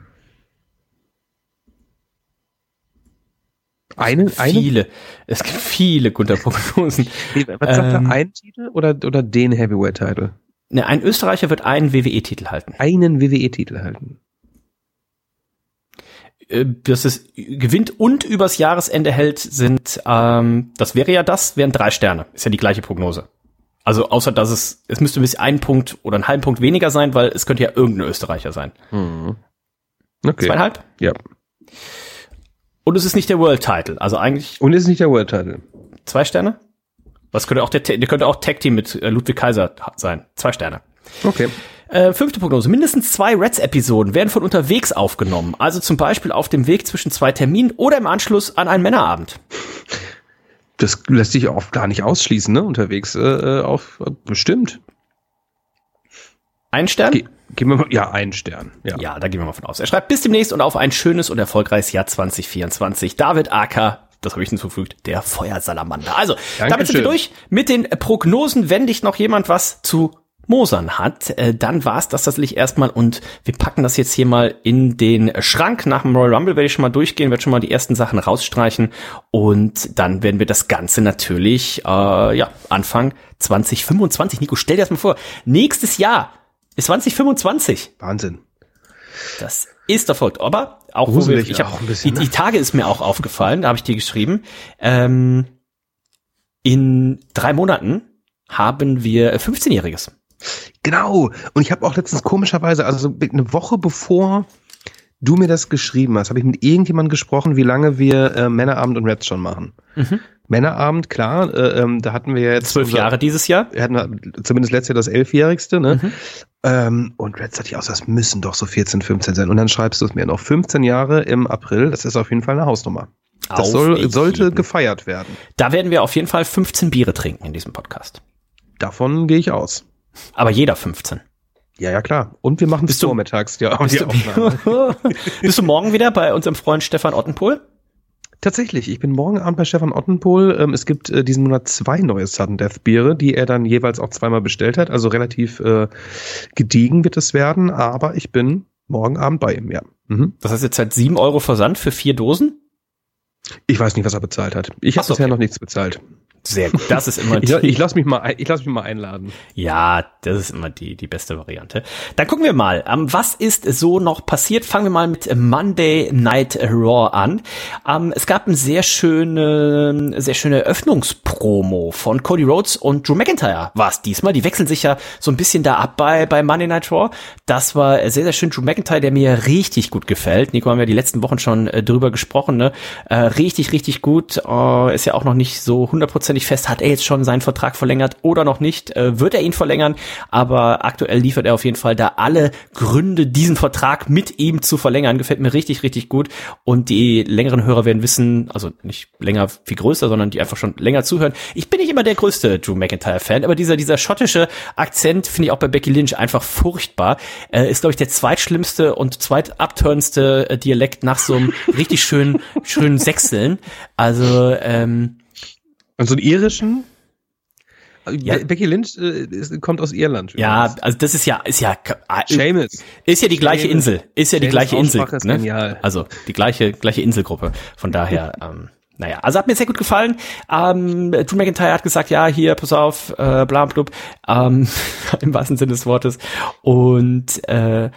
Eine, eine? Viele. Es gibt viele Gunther-Prognosen. Nee, was sagt Ähm, er? Einen Titel oder, oder den Heavyweight-Titel? Ne, ein Österreicher wird einen W W E-Titel halten. Einen W W E-Titel halten. Äh, Dass es gewinnt und übers Jahresende hält, sind, ähm, das wäre ja das, wären drei Sterne. Ist ja die gleiche Prognose. Also außer, dass es, es müsste bis ein Punkt oder einen halben Punkt weniger sein, weil es könnte ja irgendein Österreicher sein. Okay. Zweieinhalb? Ja. Und es ist nicht der World Title. Also eigentlich Und ist nicht der World-Titel. zwei Sterne? Was könnte auch der, der könnte auch Tag Team mit äh, Ludwig Kaiser sein. Zwei Sterne. Okay. Äh, fünfte Prognose. Mindestens zwei Reds-Episoden werden von unterwegs aufgenommen. Also zum Beispiel auf dem Weg zwischen zwei Terminen oder im Anschluss an einen Männerabend. Das lässt sich auch gar nicht ausschließen, ne? Unterwegs äh, auf bestimmt. Ein Stern? Ge geben wir mal, ja, einen Stern. Ja. Ja, da gehen wir mal von aus. Er schreibt bis demnächst und auf ein schönes und erfolgreiches Jahr zwanzig vierundzwanzig. David A K, das habe ich hinzugefügt, der Feuersalamander. Also, damit sind wir Dankeschön. durch mit den Prognosen. Wenn dich noch jemand was zu mosern hat, äh, dann war's das tatsächlich erstmal und wir packen das jetzt hier mal in den Schrank. Nach dem Royal Rumble werde ich schon mal durchgehen, werde schon mal die ersten Sachen rausstreichen und dann werden wir das Ganze natürlich äh, ja Anfang zwanzig fünfundzwanzig. Nico, stell dir das mal vor. Nächstes Jahr ist zwanzig fünfundzwanzig. Wahnsinn. Das ist erfolgt. Aber auch wo wir, Gruselig ich hab, auch ein bisschen, die, ne? die Tage ist mir auch aufgefallen, da habe ich dir geschrieben. Ähm, in drei Monaten haben wir fünfzehnjähriges. Genau. Und ich habe auch letztens komischerweise, also eine Woche bevor du mir das geschrieben hast, habe ich mit irgendjemandem gesprochen, wie lange wir äh, Männerabend und Reds schon machen. Mhm. Männerabend, klar, äh, ähm, da hatten wir jetzt Zwölf unser- Jahre dieses Jahr. Wir hatten zumindest letztes Jahr das Elfjährigste, ne? Mhm. Ähm, und Reds hatte ich aus, das müssen doch so vierzehn, fünfzehn sein. Und dann schreibst du es mir noch. fünfzehn Jahre im April, das ist auf jeden Fall eine Hausnummer. Das Auf soll, sollte jeden. gefeiert werden. Da werden wir auf jeden Fall fünfzehn Biere trinken in diesem Podcast. Davon gehe ich aus. Aber jeder fünfzehn. Ja, ja, klar. Und wir machen es Bist du- vormittags, ja. Bist die du, Aufnahme. bist du morgen wieder bei unserem Freund Stefan Ottenpohl? Tatsächlich, ich bin morgen Abend bei Stefan Ottenpohl. Ähm, es gibt äh, diesen Monat zwei neue Sudden Death Biere, die er dann jeweils auch zweimal bestellt hat. Also relativ äh, gediegen wird es werden, aber ich bin morgen Abend bei ihm, ja. Mhm. Das heißt jetzt halt sieben Euro Versand für vier Dosen? Ich weiß nicht, was er bezahlt hat. Ich Ach habe so, bisher okay. noch nichts bezahlt. Sehr gut. Das ist immer Ich, die, ich lasse mich mal, ein- ich lass mich mal einladen. ja, das ist immer die, die beste Variante. Dann gucken wir mal, ähm, was ist so noch passiert? Fangen wir mal mit Monday Night Raw an. Ähm, es gab eine sehr schöne, sehr schöne Eröffnungspromo von Cody Rhodes und Drew McIntyre. War es diesmal? Die wechseln sich ja so ein bisschen da ab bei, bei Monday Night Raw. Das war sehr, sehr schön. Drew McIntyre, der mir richtig gut gefällt. Nico, haben wir die letzten Wochen schon äh, drüber gesprochen, ne? Äh, richtig, richtig gut. Äh, ist ja auch noch nicht so hundertprozentig fest, hat er jetzt schon seinen Vertrag verlängert oder noch nicht, äh, wird er ihn verlängern, aber aktuell liefert er auf jeden Fall da alle Gründe, diesen Vertrag mit ihm zu verlängern, gefällt mir richtig, richtig gut und die längeren Hörer werden wissen, also nicht länger viel größer, sondern die einfach schon länger zuhören, ich bin nicht immer der größte Drew McIntyre-Fan, aber dieser dieser schottische Akzent finde ich auch bei Becky Lynch einfach furchtbar, äh, ist glaube ich der zweitschlimmste und zweitabturnendste äh, Dialekt nach so einem richtig schönen, schönen Sechseln, also ähm, Und so einen irischen? Ja. Be- Becky Lynch äh, ist, kommt aus Irland. ja, übrigens. also das ist ja, ist ja, Seamus. ist ja die gleiche Seamus. Insel, ist ja die Seamus gleiche Insel, Aussprache ist ne? genial. Also die gleiche, gleiche Inselgruppe. Von daher, ähm, naja, also hat mir sehr gut gefallen. Ähm, Drew McIntyre hat gesagt, ja, hier, pass auf, äh, bla, blub, ähm, im wahrsten Sinne des Wortes. Und äh,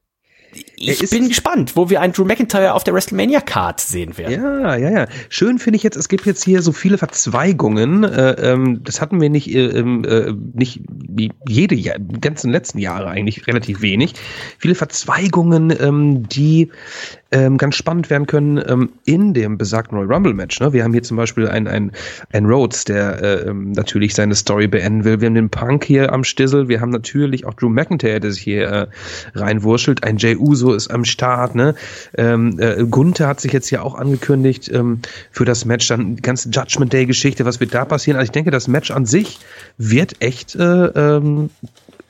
ich ist- bin gespannt, wo wir einen Drew McIntyre auf der WrestleMania-Card sehen werden. Ja, ja, ja. Schön finde ich jetzt, es gibt jetzt hier so viele Verzweigungen. Äh, ähm, das hatten wir nicht, äh, äh, nicht wie jede, Jahr, die ganzen letzten Jahre eigentlich relativ wenig. Viele Verzweigungen, ähm, die ähm, ganz spannend werden können ähm, in dem besagten Royal Rumble Match. Ne? Wir haben hier zum Beispiel einen ein, ein Rhodes, der äh, ähm, natürlich seine Story beenden will. Wir haben den Punk hier am Stissel. Wir haben natürlich auch Drew McIntyre, der sich hier äh, reinwurschtelt. Ein Jey Uso ist am Start. Ne? Ähm, äh, Gunther hat sich jetzt hier auch angekündigt ähm, für das Match. Dann die ganze Judgment Day Geschichte, was wird da passieren? Also ich denke, das Match an sich wird echt äh, ähm,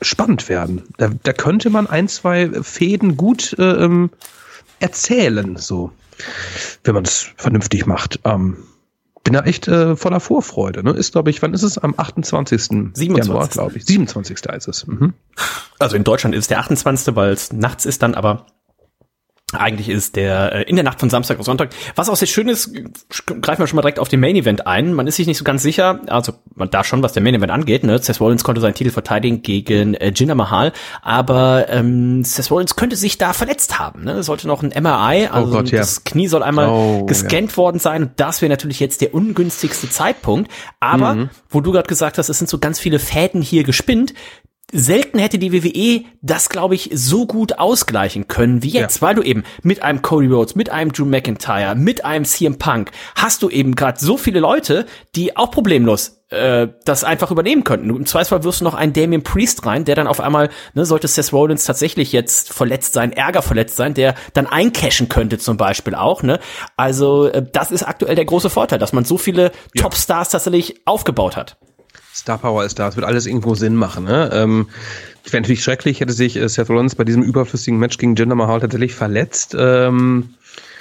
spannend werden. Da, da könnte man ein, zwei Fäden gut äh, erzählen, so, wenn man es vernünftig macht. Ähm, bin da echt äh, voller Vorfreude. Ne? Ist, glaube ich, wann ist es? Am achtundzwanzigsten Januar, glaube ich. siebenundzwanzigsten ist es. Mhm. Also in Deutschland ist es der achtundzwanzigste, weil es nachts ist dann, aber eigentlich ist der in der Nacht von Samstag auf Sonntag. Was auch sehr schön ist, greifen wir schon mal direkt auf den Main Event ein. Man ist sich nicht so ganz sicher, also man da schon, was der Main Event angeht. Ne? Seth Rollins konnte seinen Titel verteidigen gegen äh, Jinder Mahal, aber ähm, Seth Rollins könnte sich da verletzt haben. Ne? Es sollte noch ein M R I, also oh Gott, ja. das Knie soll einmal oh, gescannt ja. worden sein. Und das wäre natürlich jetzt der ungünstigste Zeitpunkt. Aber mhm. wo du gerade gesagt hast, es sind so ganz viele Fäden hier gespinnt. Selten hätte die W W E das, glaube ich, so gut ausgleichen können wie jetzt, ja. weil du eben mit einem Cody Rhodes, mit einem Drew McIntyre, mit einem C M Punk hast du eben gerade so viele Leute, die auch problemlos äh, das einfach übernehmen könnten. Im Zweifelsfall wirst du noch einen Damian Priest rein, der dann auf einmal, ne, sollte Seth Rollins tatsächlich jetzt verletzt sein, Ärger verletzt sein, der dann eincashen könnte zum Beispiel auch. Ne? Also äh, das ist aktuell der große Vorteil, dass man so viele ja. Top-Stars tatsächlich aufgebaut hat. Star Power ist da, es wird alles irgendwo Sinn machen. Ne? Ähm, wäre natürlich schrecklich, hätte sich äh, Seth Rollins bei diesem überflüssigen Match gegen Jinder Mahal tatsächlich verletzt. Ähm,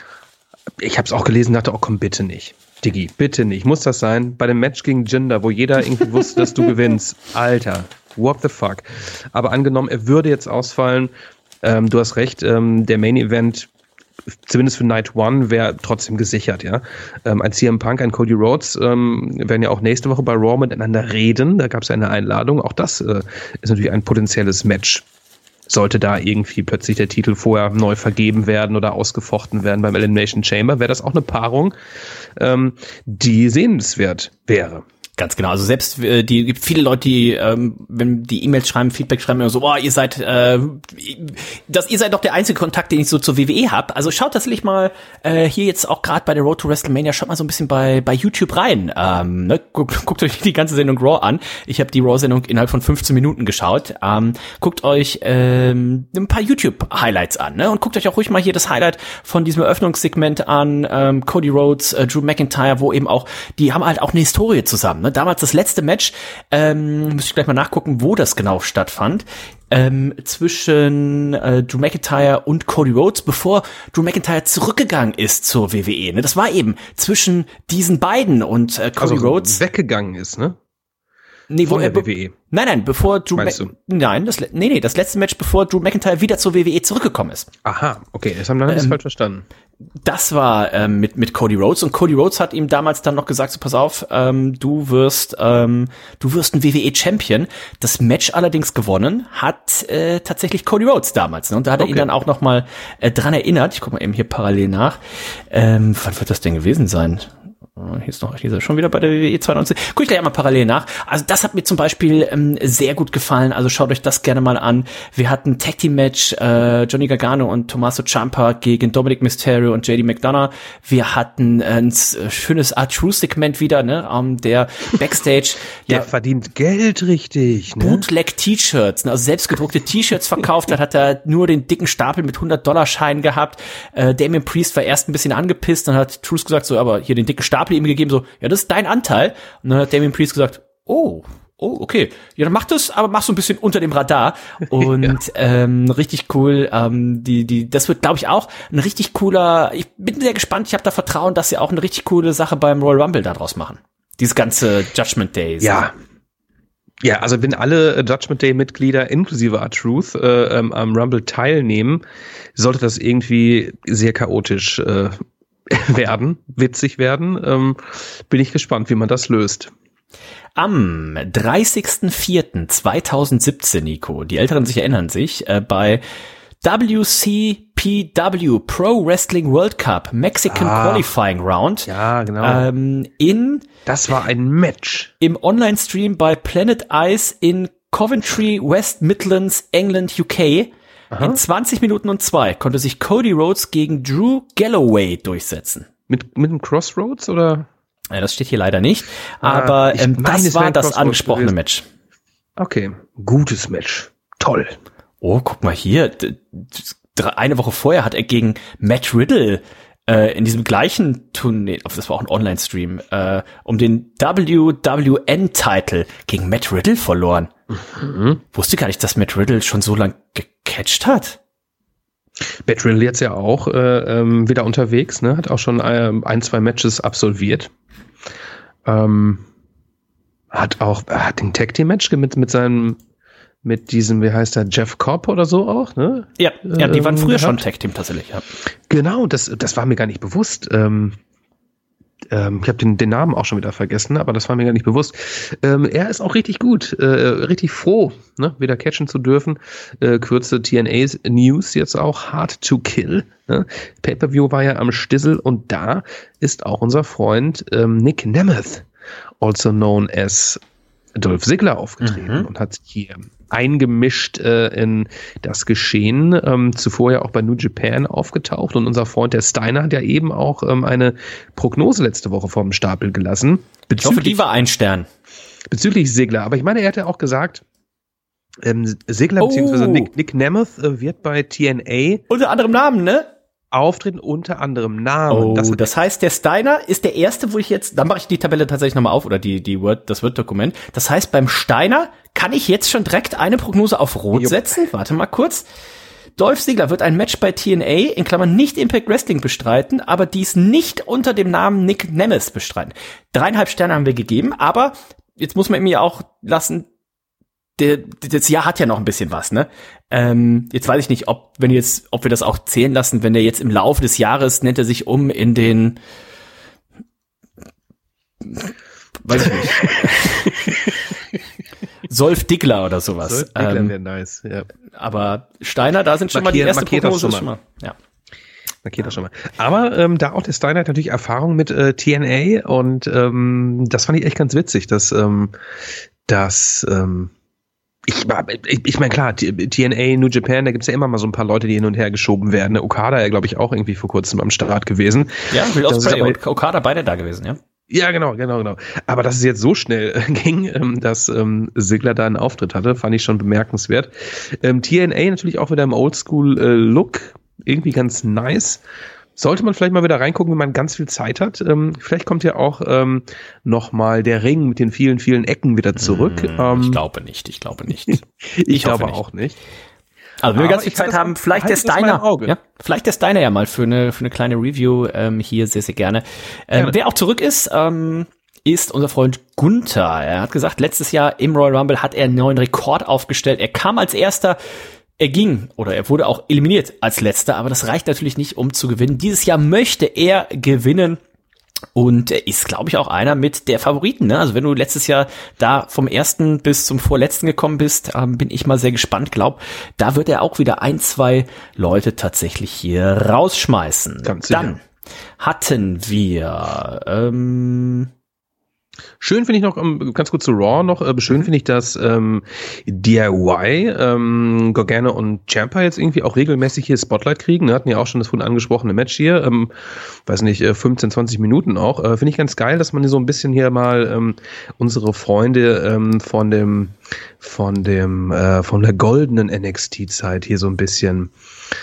ich habe es auch gelesen, dachte, oh komm, bitte nicht. Diggi, bitte nicht. Muss das sein? Bei dem Match gegen Jinder, wo jeder irgendwie wusste, dass du gewinnst. Alter, what the fuck? Aber angenommen, er würde jetzt ausfallen, ähm, du hast recht, ähm, der Main Event, zumindest für Night One, wäre trotzdem gesichert, ja. Ähm, ein C M Punk, ein Cody Rhodes ähm, werden ja auch nächste Woche bei Raw miteinander reden. Da gab es ja eine Einladung. Auch das äh, ist natürlich ein potenzielles Match. Sollte da irgendwie plötzlich der Titel vorher neu vergeben werden oder ausgefochten werden beim Elimination Chamber, wäre das auch eine Paarung, ähm, die sehenswert wäre. Ganz genau, also selbst äh, die gibt viele Leute, die ähm, wenn die E-Mails schreiben, Feedback schreiben, immer so, boah, ihr seid äh, das ihr seid doch der einzige Kontakt, den ich so zur W W E habe. Also schaut tatsächlich mal äh, hier jetzt auch gerade bei der Road to WrestleMania, schaut mal so ein bisschen bei bei YouTube rein. Ähm, ne? guckt, guckt euch die ganze Sendung Raw an. Ich habe die Raw-Sendung innerhalb von fünfzehn Minuten geschaut. Ähm, guckt euch ähm, ein paar YouTube-Highlights an, ne? Und guckt euch auch ruhig mal hier das Highlight von diesem Eröffnungssegment an, ähm, Cody Rhodes, äh, Drew McIntyre, wo eben auch, die haben halt auch eine Historie zusammen, ne? Damals das letzte Match, ähm, müsste ich gleich mal nachgucken, wo das genau stattfand, ähm, zwischen äh, Drew McIntyre und Cody Rhodes, bevor Drew McIntyre zurückgegangen ist zur W W E. Ne? Das war eben zwischen diesen beiden und äh, Cody also Rhodes weggegangen ist, ne? Nee, Von wo, der äh, W W E. Nein, nein, bevor Drew Ma- Nein, das nee, nee, das letzte Match, bevor Drew McIntyre wieder zur W W E zurückgekommen ist. Aha, okay, das haben wir ähm, falsch verstanden. Das war ähm, mit mit Cody Rhodes, und Cody Rhodes hat ihm damals dann noch gesagt, so pass auf, ähm, du wirst ähm, du wirst ein W W E Champion. Das Match allerdings gewonnen hat äh, tatsächlich Cody Rhodes damals, ne? Und da hat er okay. ihn dann auch noch mal äh, dran erinnert. Ich guck mal eben hier parallel nach. Ähm, wann wird das denn gewesen sein? Hier ist noch, hier ist er schon wieder bei der W W E zweitausendneunzehn. Guck ich gleich mal parallel nach. Also das hat mir zum Beispiel ähm, sehr gut gefallen. Also schaut euch das gerne mal an. Wir hatten Tag Team Match, äh, Johnny Gargano und Tommaso Ciampa gegen Dominic Mysterio und J D McDonough. Wir hatten äh, ein schönes R-Truth-Segment wieder, ne? Um, der Backstage. Der ja, verdient Geld richtig, ne? Bootleg-T-Shirts, ne? Also selbstgedruckte T-Shirts verkauft. Dann hat er nur den dicken Stapel mit hundert-Dollar-Scheinen gehabt. Äh, Damian Priest war erst ein bisschen angepisst. Dann hat Truth gesagt, so, aber hier den dicken Stapel ihm gegeben, so, ja, das ist dein Anteil. Und dann hat Damian Priest gesagt, oh, oh, okay, ja, dann mach das, aber mach so ein bisschen unter dem Radar. Und ja. ähm, richtig cool, ähm, die, die, das wird, glaube ich, auch ein richtig cooler, ich bin sehr gespannt, ich habe da Vertrauen, dass sie auch eine richtig coole Sache beim Royal Rumble daraus machen. Dieses ganze Judgment Days. Ja. Ja, also wenn alle Judgment Day-Mitglieder inklusive R-Truth äh, ähm, am Rumble teilnehmen, sollte das irgendwie sehr chaotisch äh, werden, witzig werden. Ähm, bin ich gespannt, wie man das löst. Am dreißigsten vierten zweitausendsiebzehn, Nico, die Älteren sich erinnern sich, äh, bei W C P W Pro Wrestling World Cup Mexican ah, Qualifying Round. Ja, genau. Ähm, in das war ein Match. Im Online-Stream bei Planet Ice in Coventry, West Midlands, England, U K. Aha. In zwanzig Minuten und zwei konnte sich Cody Rhodes gegen Drew Galloway durchsetzen. Mit mit dem Crossroads oder? Ja, das steht hier leider nicht. Aber ah, ähm, meine, das war das Crossroads angesprochene gewesen. Match. Okay, gutes Match. Toll. Oh, guck mal hier. Eine Woche vorher hat er gegen Matt Riddle äh, in diesem gleichen Turnier, das war auch ein Online-Stream, äh, um den W W N-Titel gegen Matt Riddle verloren. Mhm. Wusste gar nicht, dass Matt Riddle schon so lang gecatcht hat. Matt Riddle jetzt ja auch äh, ähm, wieder unterwegs, ne? Hat auch schon äh, ein, zwei Matches absolviert. Ähm, hat auch hat ein Tag Team Match mit mit seinem mit diesem, wie heißt der, Jeff Cobb oder so auch, ne? Ja, ja, die waren früher ähm, schon Tag Team tatsächlich, ja. Genau, das das war mir gar nicht bewusst. Ähm, ähm, ich habe den den Namen auch schon wieder vergessen, aber das war mir gar nicht bewusst. Ähm, er ist auch richtig gut, äh, richtig froh, ne, wieder catchen zu dürfen. Äh, kurze T N A News jetzt auch, Hard to Kill. Ne? Pay-Per-View war ja am Stissel und da ist auch unser Freund ähm, Nick Nemeth, also known as Dolph Ziggler, aufgetreten mhm. und hat hier eingemischt äh, in das Geschehen, ähm, zuvor ja auch bei New Japan aufgetaucht und unser Freund der Steiner hat ja eben auch ähm, eine Prognose letzte Woche vom Stapel gelassen. Ich hoffe, die war ein Stern. Bezüglich Ziggler, aber ich meine, er hatte auch gesagt, ähm, Ziggler oh. bzw. Nick, Nick Nemeth äh, wird bei T N A unter anderem Namen, ne? Auftreten unter anderem Namen. Oh, das, das heißt, der Steiner ist der erste, wo ich jetzt, dann mache ich die Tabelle tatsächlich nochmal auf oder die, die Word, das Word-Dokument. Das heißt, beim Steiner kann ich jetzt schon direkt eine Prognose auf Rot Jupp. setzen. Warte mal kurz. Dolph Ziggler wird ein Match bei T N A, in Klammern nicht Impact Wrestling, bestreiten, aber dies nicht unter dem Namen Nick Nemeth bestreiten. Dreieinhalb Sterne haben wir gegeben, aber jetzt muss man mir auch lassen, Der, das Jahr hat ja noch ein bisschen was, ne? Ähm, jetzt weiß ich nicht, ob, wenn jetzt, ob wir das auch zählen lassen, wenn der jetzt im Laufe des Jahres nennt er sich um in den, weiß ich nicht, Solf Diggler oder sowas. Solf Diggler ähm, wäre nice, ja. Aber Steiner, da sind schon Markier, mal die erste Prognose. Schon mal. Schon mal. Ja. Markiert das schon mal. Aber ähm, da auch der Steiner hat natürlich Erfahrung mit äh, T N A und ähm, das fand ich echt ganz witzig, dass, ähm, dass, ähm, Ich, ich, ich meine, klar, T N A, New Japan, da gibt's ja immer mal so ein paar Leute, die hin und her geschoben werden. Okada, ja, glaube ich, auch irgendwie vor kurzem am Start gewesen. Ja, Will Ospreay und Okada beide da gewesen, ja. Ja, genau, genau, genau. Aber dass es jetzt so schnell äh, ging, ähm, dass ähm, Ziggler da einen Auftritt hatte, fand ich schon bemerkenswert. Ähm, T N A natürlich auch wieder im Oldschool-Look, äh, irgendwie ganz nice. Sollte man vielleicht mal wieder reingucken, wenn man ganz viel Zeit hat. Ähm, vielleicht kommt ja auch ähm, nochmal der Ring mit den vielen, vielen Ecken wieder zurück. Mm, ähm, ich glaube nicht, ich glaube nicht. ich, ich glaube nicht. auch nicht. Also wenn wir ganz viel Zeit haben, vielleicht der Steiner, ja, vielleicht der Steiner ja mal für eine für eine kleine Review ähm, hier sehr, sehr gerne. Ähm, gerne. Wer auch zurück ist, ähm, ist unser Freund Gunther. Er hat gesagt, letztes Jahr im Royal Rumble hat er einen neuen Rekord aufgestellt. Er kam als erster. Er ging oder er wurde auch eliminiert als Letzter, aber das reicht natürlich nicht, um zu gewinnen. Dieses Jahr möchte er gewinnen und er ist, glaube ich, auch einer mit der Favoriten. Ne? Also wenn du letztes Jahr da vom ersten bis zum vorletzten gekommen bist, ähm, bin ich mal sehr gespannt. Glaub, da wird er auch wieder ein, zwei Leute tatsächlich hier rausschmeißen. Ganz Dann hatten wir ähm, Schön finde ich noch, um, ganz kurz zu Raw noch, äh, schön finde ich, dass ähm, D I Y, ähm, Gargano und Ciampa jetzt irgendwie auch regelmäßig hier Spotlight kriegen. Wir hatten ja auch schon das vorhin angesprochene Match hier, ähm, weiß nicht, äh, fünfzehn, zwanzig Minuten auch. Äh, finde ich ganz geil, dass man hier so ein bisschen hier mal ähm, unsere Freunde ähm, von dem, von dem, äh, von der goldenen N X T-Zeit hier so ein bisschen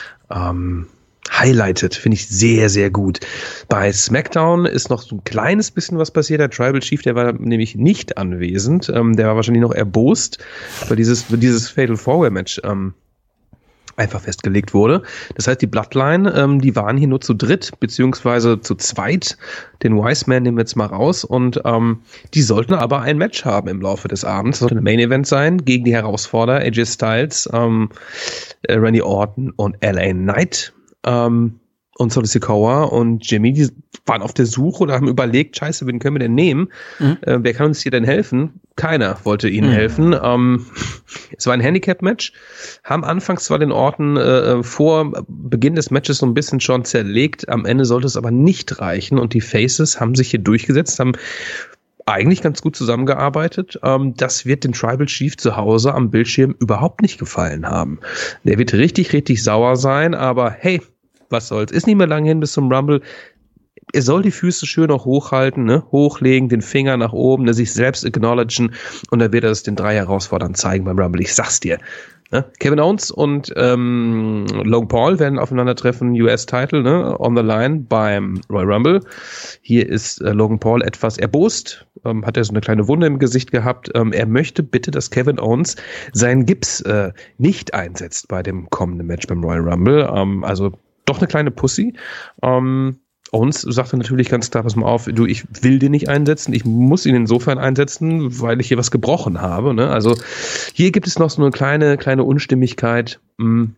ähm, highlighted, finde ich sehr, sehr gut. Bei SmackDown ist noch so ein kleines bisschen was passiert. Der Tribal Chief, der war nämlich nicht anwesend. Ähm, der war wahrscheinlich noch erbost, weil dieses, dieses Fatal Four-Way Match ähm, einfach festgelegt wurde. Das heißt, die Bloodline, ähm, die waren hier nur zu dritt, beziehungsweise zu zweit. Den Wiseman nehmen wir jetzt mal raus und ähm, die sollten aber ein Match haben im Laufe des Abends. Das sollte ein Main Event sein gegen die Herausforderer A J Styles, ähm, Randy Orton und L A Knight. Ähm, und Solo Sikoa und Jimmy, die waren auf der Suche oder haben überlegt, scheiße, wen können wir denn nehmen? Mhm. Äh, wer kann uns hier denn helfen? Keiner wollte ihnen mhm. helfen. Ähm, es war ein Handicap-Match, haben anfangs zwar den Orten äh, vor Beginn des Matches so ein bisschen schon zerlegt, am Ende sollte es aber nicht reichen und die Faces haben sich hier durchgesetzt, haben eigentlich ganz gut zusammengearbeitet. Ähm, das wird den Tribal Chief zu Hause am Bildschirm überhaupt nicht gefallen haben. Der wird richtig, richtig sauer sein, aber hey, was soll's. Ist nicht mehr lange hin bis zum Rumble. Er soll die Füße schön noch hochhalten, ne? Hochlegen, den Finger nach oben, ne? Sich selbst acknowledgen und dann wird er es den drei Herausforderern zeigen beim Rumble. Ich sag's dir. Ne? Kevin Owens und ähm, Logan Paul werden aufeinandertreffen, U S-Title, ne? On the line beim Royal Rumble. Hier ist äh, Logan Paul etwas erbost, ähm, hat er so eine kleine Wunde im Gesicht gehabt. Ähm, er möchte bitte, dass Kevin Owens seinen Gips äh, nicht einsetzt bei dem kommenden Match beim Royal Rumble. Ähm, also doch eine kleine Pussy. Ähm, Owens sagte natürlich ganz klar, pass mal auf, du, ich will den nicht einsetzen, ich muss ihn insofern einsetzen, weil ich hier was gebrochen habe. Ne? Also hier gibt es noch so eine kleine, kleine Unstimmigkeit. Hm.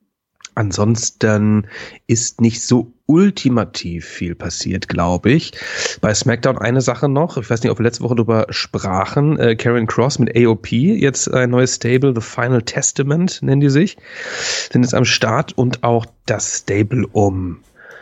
Ansonsten ist nicht so ultimativ viel passiert, glaube ich. Bei SmackDown eine Sache noch, ich weiß nicht, ob wir letzte Woche darüber sprachen, äh, Karrion Kross mit A O P, jetzt ein neues Stable, The Final Testament nennen die sich, sind jetzt am Start und auch das Stable um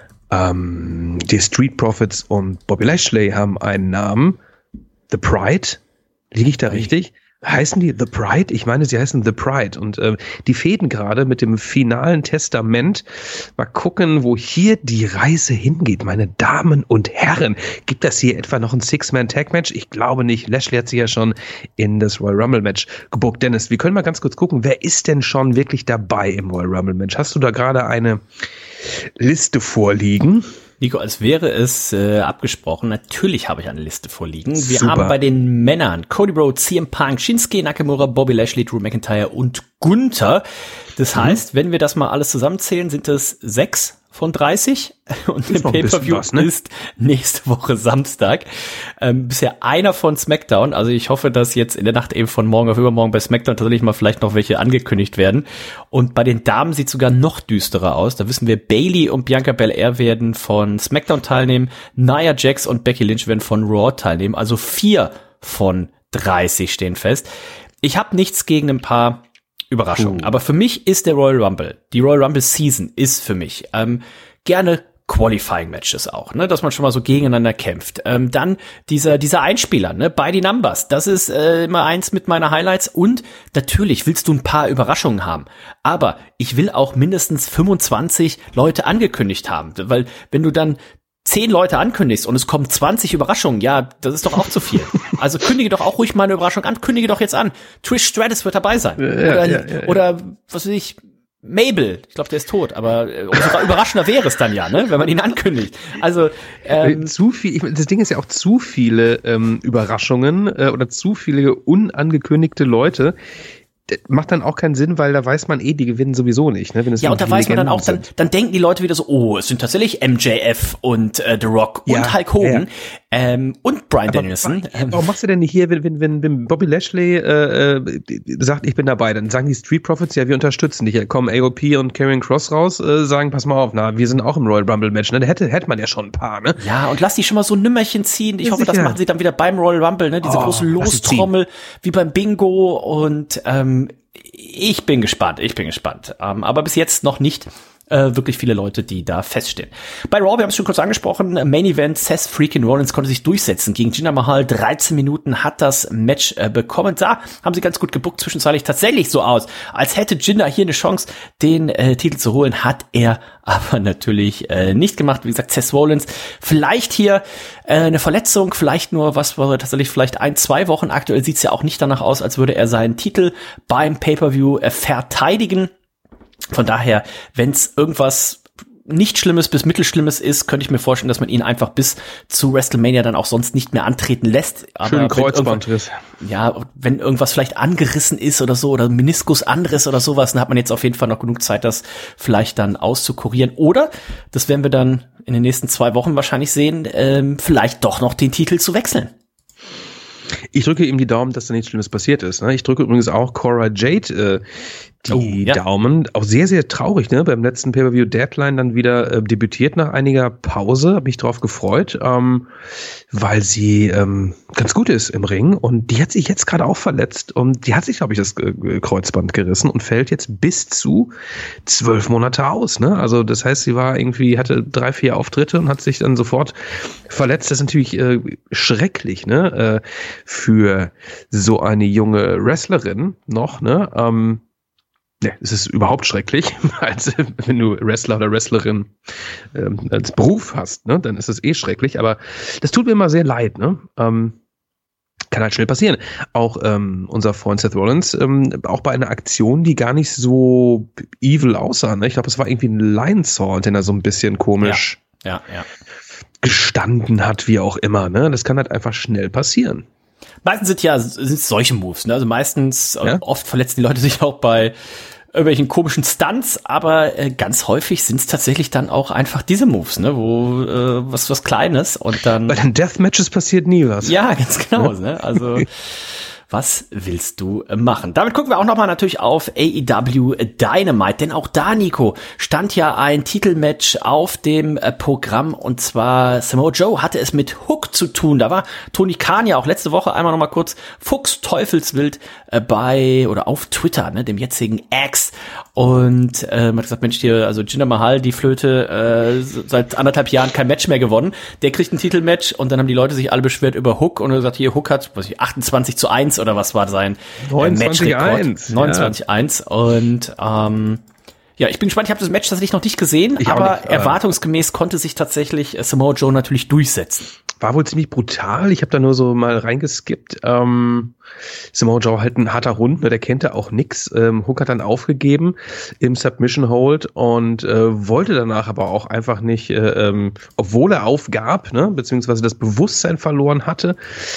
Ähm, die Street Profits und Bobby Lashley haben einen Namen. The Pride. Liege ich da richtig? Heißen die The Pride? Ich meine, sie heißen The Pride. Und äh, die fäden gerade mit dem finalen Testament. Mal gucken, wo hier die Reise hingeht. Meine Damen und Herren, gibt das hier etwa noch ein Six-Man-Tag-Match? Ich glaube nicht. Lashley hat sich ja schon in das Royal Rumble-Match gebuckt. Dennis, wir können mal ganz kurz gucken, wer ist denn schon wirklich dabei im Royal Rumble-Match? Hast du da gerade eine Liste vorliegen? Nico, als wäre es äh, abgesprochen. Natürlich habe ich eine Liste vorliegen. Wir Super. haben bei den Männern Cody Rhodes, C M Punk, Shinsuke Nakamura, Bobby Lashley, Drew McIntyre und Gunther. Das mhm. heißt, wenn wir das mal alles zusammenzählen, sind es sechs von dreißig. Und der Pay-Per-View was, ne? ist nächste Woche Samstag. Ähm, bisher einer von SmackDown. Also ich hoffe, dass jetzt in der Nacht eben von morgen auf übermorgen bei SmackDown tatsächlich mal vielleicht noch welche angekündigt werden. Und bei den Damen sieht sogar noch düsterer aus. Da wissen wir, Bayley und Bianca Belair werden von SmackDown teilnehmen. Nia Jax und Becky Lynch werden von Raw teilnehmen. Also vier von dreißig stehen fest. Ich habe nichts gegen ein paar Überraschung. Uh. Aber für mich ist der Royal Rumble, die Royal Rumble Season ist für mich ähm, gerne Qualifying-Matches auch, ne, dass man schon mal so gegeneinander kämpft. Ähm, dann dieser dieser Einspieler, ne, by the numbers, das ist äh, immer eins mit meiner Highlights. Und natürlich willst du ein paar Überraschungen haben, aber ich will auch mindestens fünfundzwanzig Leute angekündigt haben, weil wenn du dann zehn Leute ankündigst und es kommen zwanzig Überraschungen, ja, das ist doch auch zu viel. Also kündige doch auch ruhig mal eine Überraschung an, kündige doch jetzt an. Trish Stratus wird dabei sein. Ja, oder, ja, ja, ja. oder, was weiß ich, Mabel, ich glaube, der ist tot, aber äh, umso überraschender wäre es dann ja, ne, wenn man ihn ankündigt. Also ähm, zu viel, ich, das Ding ist ja auch zu viele ähm, Überraschungen äh, oder zu viele unangekündigte Leute. Das macht dann auch keinen Sinn, weil da weiß man eh, die gewinnen sowieso nicht. Ne? Wenn es ja, und da weiß man dann auch, dann, dann denken die Leute wieder so, oh, es sind tatsächlich M J F und äh, The Rock und ja, Hulk Hogan ja. ähm, und Bryan Aber Danielson. Warum, warum machst du denn nicht hier, wenn, wenn, wenn, wenn Bobby Lashley äh, sagt, ich bin dabei, dann sagen die Street Profits, ja, wir unterstützen dich. Ja, kommen A O P und Karrion Kross raus, äh, sagen, pass mal auf, na, wir sind auch im Royal Rumble Match. Ne? Da hätte, hätte man ja schon ein paar, ne? Ja, und lass die schon mal so ein Nümmerchen ziehen. Ich ja, hoffe, sicher. das machen sie dann wieder beim Royal Rumble, ne? Diese oh, große Lostrommel, wie beim Bingo und ähm, ich bin gespannt, ich bin gespannt. Ähm, aber bis jetzt noch nicht äh, wirklich viele Leute, die da feststehen. Bei Raw, wir haben es schon kurz angesprochen, Main Event, Seth freaking Rollins konnte sich durchsetzen gegen Jinder Mahal. dreizehn Minuten hat das Match äh, bekommen. Da haben sie ganz gut gebuckt, zwischenzeitlich tatsächlich so aus, als hätte Jinder hier eine Chance, den äh, Titel zu holen. Hat er aber natürlich äh, nicht gemacht. Wie gesagt, Seth Rollins, vielleicht hier äh, eine Verletzung, vielleicht nur was, war tatsächlich vielleicht ein, zwei Wochen. Aktuell sieht es ja auch nicht danach aus, als würde er seinen Titel beim Pay-Per-View äh, verteidigen. Von daher, wenn es irgendwas nicht Schlimmes bis Mittelschlimmes ist, könnte ich mir vorstellen, dass man ihn einfach bis zu WrestleMania dann auch sonst nicht mehr antreten lässt. Aber schön Kreuzbandriss. Ja, wenn irgendwas vielleicht angerissen ist oder so oder Meniskusanriss oder sowas, dann hat man jetzt auf jeden Fall noch genug Zeit, das vielleicht dann auszukurieren. Oder, das werden wir dann in den nächsten zwei Wochen wahrscheinlich sehen, ähm, vielleicht doch noch den Titel zu wechseln. Ich drücke ihm die Daumen, dass da nichts Schlimmes passiert ist. Ne? Ich drücke übrigens auch Cora Jade äh, die oh, ja. Daumen. Auch sehr, sehr traurig, ne? Beim letzten Pay-Per-View Deadline dann wieder äh, debütiert nach einiger Pause. Hab mich drauf gefreut, ähm, weil sie ähm, ganz gut ist im Ring. Und die hat sich jetzt gerade auch verletzt. Und die hat sich, glaube ich, das äh, Kreuzband gerissen und fällt jetzt bis zu zwölf Monate aus. Ne? Also das heißt, sie war irgendwie, hatte drei, vier Auftritte und hat sich dann sofort verletzt. Das ist natürlich äh, schrecklich, ne? Äh, für so eine junge Wrestlerin noch, ne? Ähm, ja, es ist überhaupt schrecklich, als wenn du Wrestler oder Wrestlerin ähm, als Beruf hast, ne? Dann ist es eh schrecklich, aber das tut mir immer sehr leid, ne? Ähm, Kann halt schnell passieren. Auch ähm, unser Freund Seth Rollins, ähm, auch bei einer Aktion, die gar nicht so evil aussah. Ne? Ich glaube, es war irgendwie ein Lion-Saw, den er so ein bisschen komisch ja, ja, ja. gestanden hat, wie auch immer. Ne? Das kann halt einfach schnell passieren. Meistens sind ja sind solche Moves. Ne? Also meistens, Ja? oft verletzen die Leute sich auch bei irgendwelchen komischen Stunts, aber äh, ganz häufig sind es tatsächlich dann auch einfach diese Moves, ne, wo äh, was was Kleines und dann Bei den Deathmatches passiert nie was. ja, ganz genau, ne? Also was willst du machen? Damit gucken wir auch nochmal natürlich auf A E W Dynamite, denn auch da, Nico, stand ja ein Titelmatch auf dem äh, Programm und zwar Samoa Joe hatte es mit Hook zu tun. Da war Tony Khan ja auch letzte Woche einmal nochmal kurz Fuchs Teufelswild äh, bei oder auf Twitter, ne, dem jetzigen X und äh, man hat gesagt, Mensch, hier, also Jinder Mahal, die Flöte, äh, seit anderthalb Jahren kein Match mehr gewonnen. Der kriegt ein Titelmatch und dann haben die Leute sich alle beschwert über Hook und er gesagt, hier, Hook hat, was ich, achtundzwanzig zu eins oder was war sein äh, Matchrekord? neunundzwanzig eins Ja. Und ähm, ja, ich bin gespannt, ich habe das Match tatsächlich noch nicht gesehen, Ich auch aber nicht, äh, erwartungsgemäß konnte sich tatsächlich äh, Samoa Joe natürlich durchsetzen. War wohl ziemlich brutal. Ich habe da nur so mal reingeskippt. Ähm, Samoa Joe halt ein harter Hund, ne, der kennt da auch nix. Ähm, Hook hat dann aufgegeben im Submission Hold und äh, wollte danach aber auch einfach nicht, äh, ähm, obwohl er aufgab, ne, beziehungsweise das Bewusstsein verloren hatte,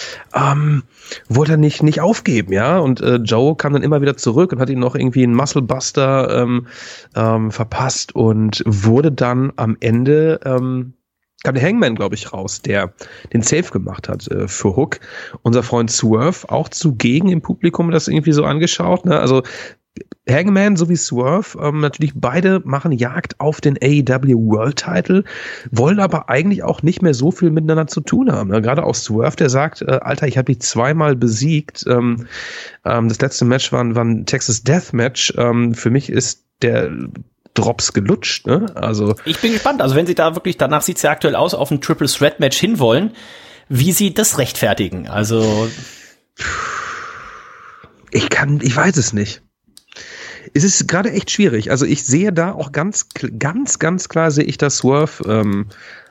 ähm, wollte er nicht nicht aufgeben, ja. Und äh, Joe kam dann immer wieder zurück und hat ihm noch irgendwie einen Muscle Buster ähm, ähm, verpasst und wurde dann am Ende ähm, kam der Hangman, glaube ich, raus, der den Save gemacht hat äh, für Hook. Unser Freund Swerve auch zugegen im Publikum das irgendwie so angeschaut. Ne? Also Hangman sowie Swerve, ähm, natürlich beide machen Jagd auf den A E W World Title, wollen aber eigentlich auch nicht mehr so viel miteinander zu tun haben. Ne? Gerade auch Swerve, der sagt, äh, Alter, ich habe dich zweimal besiegt. Ähm, ähm, das letzte Match war, war ein Texas Death Match. Ähm, für mich ist der Drops gelutscht, ne? Also Ich bin gespannt, also wenn sie da wirklich, danach sieht's ja aktuell aus, auf ein Triple Threat Match hinwollen, wie sie das rechtfertigen. Also ich kann, ich weiß es nicht. Es ist gerade echt schwierig. Also ich sehe da auch ganz, ganz, ganz klar sehe ich das Swerve ähm,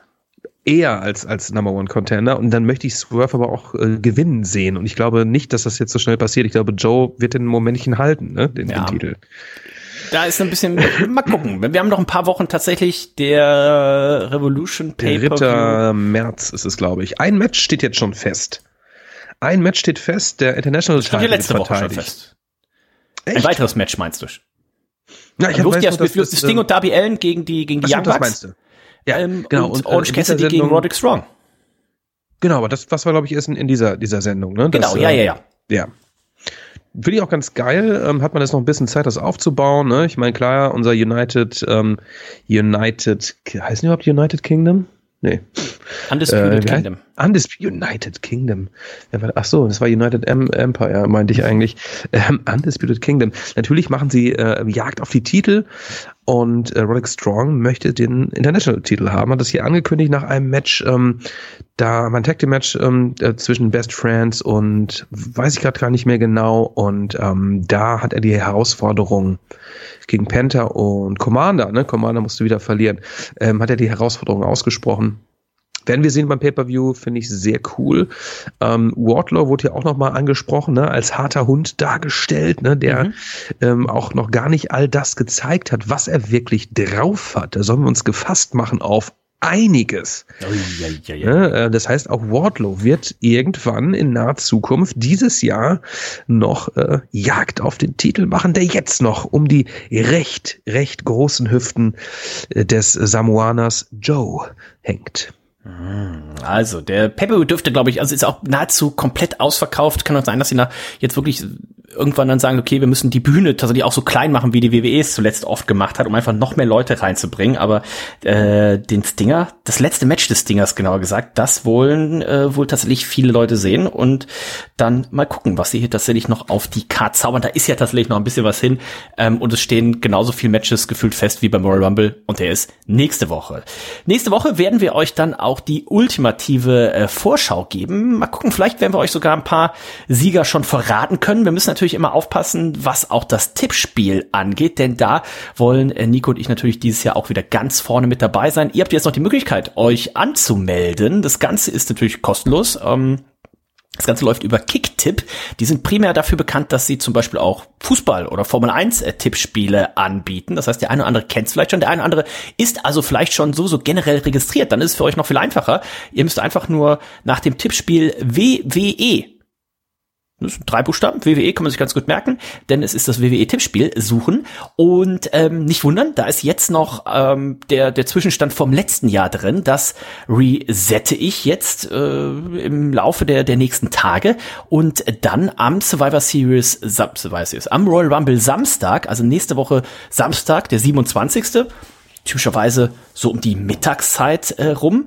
eher als als Number One Contender und dann möchte ich Swerve aber auch äh, gewinnen sehen und ich glaube nicht, dass das jetzt so schnell passiert. Ich glaube, Joe wird den Momentchen halten, ne, den, Ja. den Titel. da ist ein bisschen, mal gucken. Wir haben noch ein paar Wochen tatsächlich der Revolution Pay-Per-View. dritter März ist es, glaube ich. Ein Match steht jetzt schon fest. Ein Match steht fest, der International Das stand ja Title letzte wird Woche schon verteidigt. fest. Ein weiteres Match meinst du? Ja, ich Dann weiß durfte ja nur, dass Sting das, Sting und Darby Allin gegen die, gegen die Ach Young stimmt, das Bucks. meinst du. Ja, ähm, genau. Und, Und, äh, Orange in dieser Cassidy gegen Sendung- Roderick Strong. Genau, aber das, was war, glaube ich, erst in, in dieser, dieser Sendung, ne? Genau, Das, ja, äh, ja, ja. Ja. Finde ich auch ganz geil. Ähm, hat man jetzt noch ein bisschen Zeit, das aufzubauen, ne? Ich meine, klar, unser United, ähm, United, heißen die überhaupt United Kingdom? Nee. Undisputed Äh, wie Kingdom. heißt- Undisputed United Kingdom. Ja, war- ach so, das war United M- Empire, meinte ich eigentlich. Ähm, Undisputed Kingdom. Natürlich machen sie äh, Jagd auf die Titel und äh, Roderick Strong möchte den International-Titel haben. Hat das hier angekündigt nach einem Match, ähm, da mein Tag Team Match ähm, äh, zwischen Best Friends und weiß ich gerade gar nicht mehr genau. Und ähm, da hat er die Herausforderung gegen Penta und Commander, ne? Commander musste wieder verlieren. Ähm, hat er die Herausforderung ausgesprochen. Werden wir sehen beim Pay-Per-View, finde ich sehr cool. Ähm, Wardlow wurde ja auch nochmal angesprochen, ne, als harter Hund dargestellt, ne, der Mhm. ähm, auch noch gar nicht all das gezeigt hat, was er wirklich drauf hat. Da sollen wir uns gefasst machen auf einiges. Oh, ja, ja, ja. Ne? Äh, Das heißt, auch Wardlow wird irgendwann in naher Zukunft dieses Jahr noch äh, Jagd auf den Titel machen, der jetzt noch um die recht, recht großen Hüften äh, des Samoaners Joe hängt. Also, der Pay-Per-View dürfte, glaube ich, also ist auch nahezu komplett ausverkauft. Kann auch sein, dass sie nach jetzt wirklich irgendwann dann sagen, okay, wir müssen die Bühne tatsächlich auch so klein machen, wie die W W E es zuletzt oft gemacht hat, um einfach noch mehr Leute reinzubringen. Aber äh, den Stinger, das letzte Match des Stingers, genauer gesagt, das wollen äh, wohl tatsächlich viele Leute sehen und dann mal gucken, was sie hier tatsächlich noch auf die Karte zaubern. Da ist ja tatsächlich noch ein bisschen was hin ähm, und es stehen genauso viele Matches gefühlt fest wie beim Royal Rumble und der ist nächste Woche. Nächste Woche werden wir euch dann auch die ultimative äh, Vorschau geben. Mal gucken, vielleicht werden wir euch sogar ein paar Sieger schon verraten können. Wir müssen natürlich immer aufpassen, was auch das Tippspiel angeht, denn da wollen äh, Nico und ich natürlich dieses Jahr auch wieder ganz vorne mit dabei sein. Ihr habt jetzt noch die Möglichkeit, euch anzumelden. Das Ganze ist natürlich kostenlos. Ähm, Das Ganze läuft über Kicktipp. Die sind primär dafür bekannt, dass sie zum Beispiel auch Fußball- oder Formel eins Tippspiele anbieten. Das heißt, der eine oder andere kennt es vielleicht schon, der eine oder andere ist also vielleicht schon sowieso generell registriert. Dann ist es für euch noch viel einfacher. Ihr müsst einfach nur nach dem Tippspiel W W E, das sind drei Buchstaben, W W E kann man sich ganz gut merken, denn es ist das W W E-Tippspiel, suchen. Und ähm, nicht wundern, da ist jetzt noch ähm, der der Zwischenstand vom letzten Jahr drin. Das resette ich jetzt äh, im Laufe der der nächsten Tage. Und dann am Survivor Series, Survivor Series, am Royal Rumble Samstag, also nächste Woche Samstag, der siebenundzwanzigste typischerweise so um die Mittagszeit äh, rum,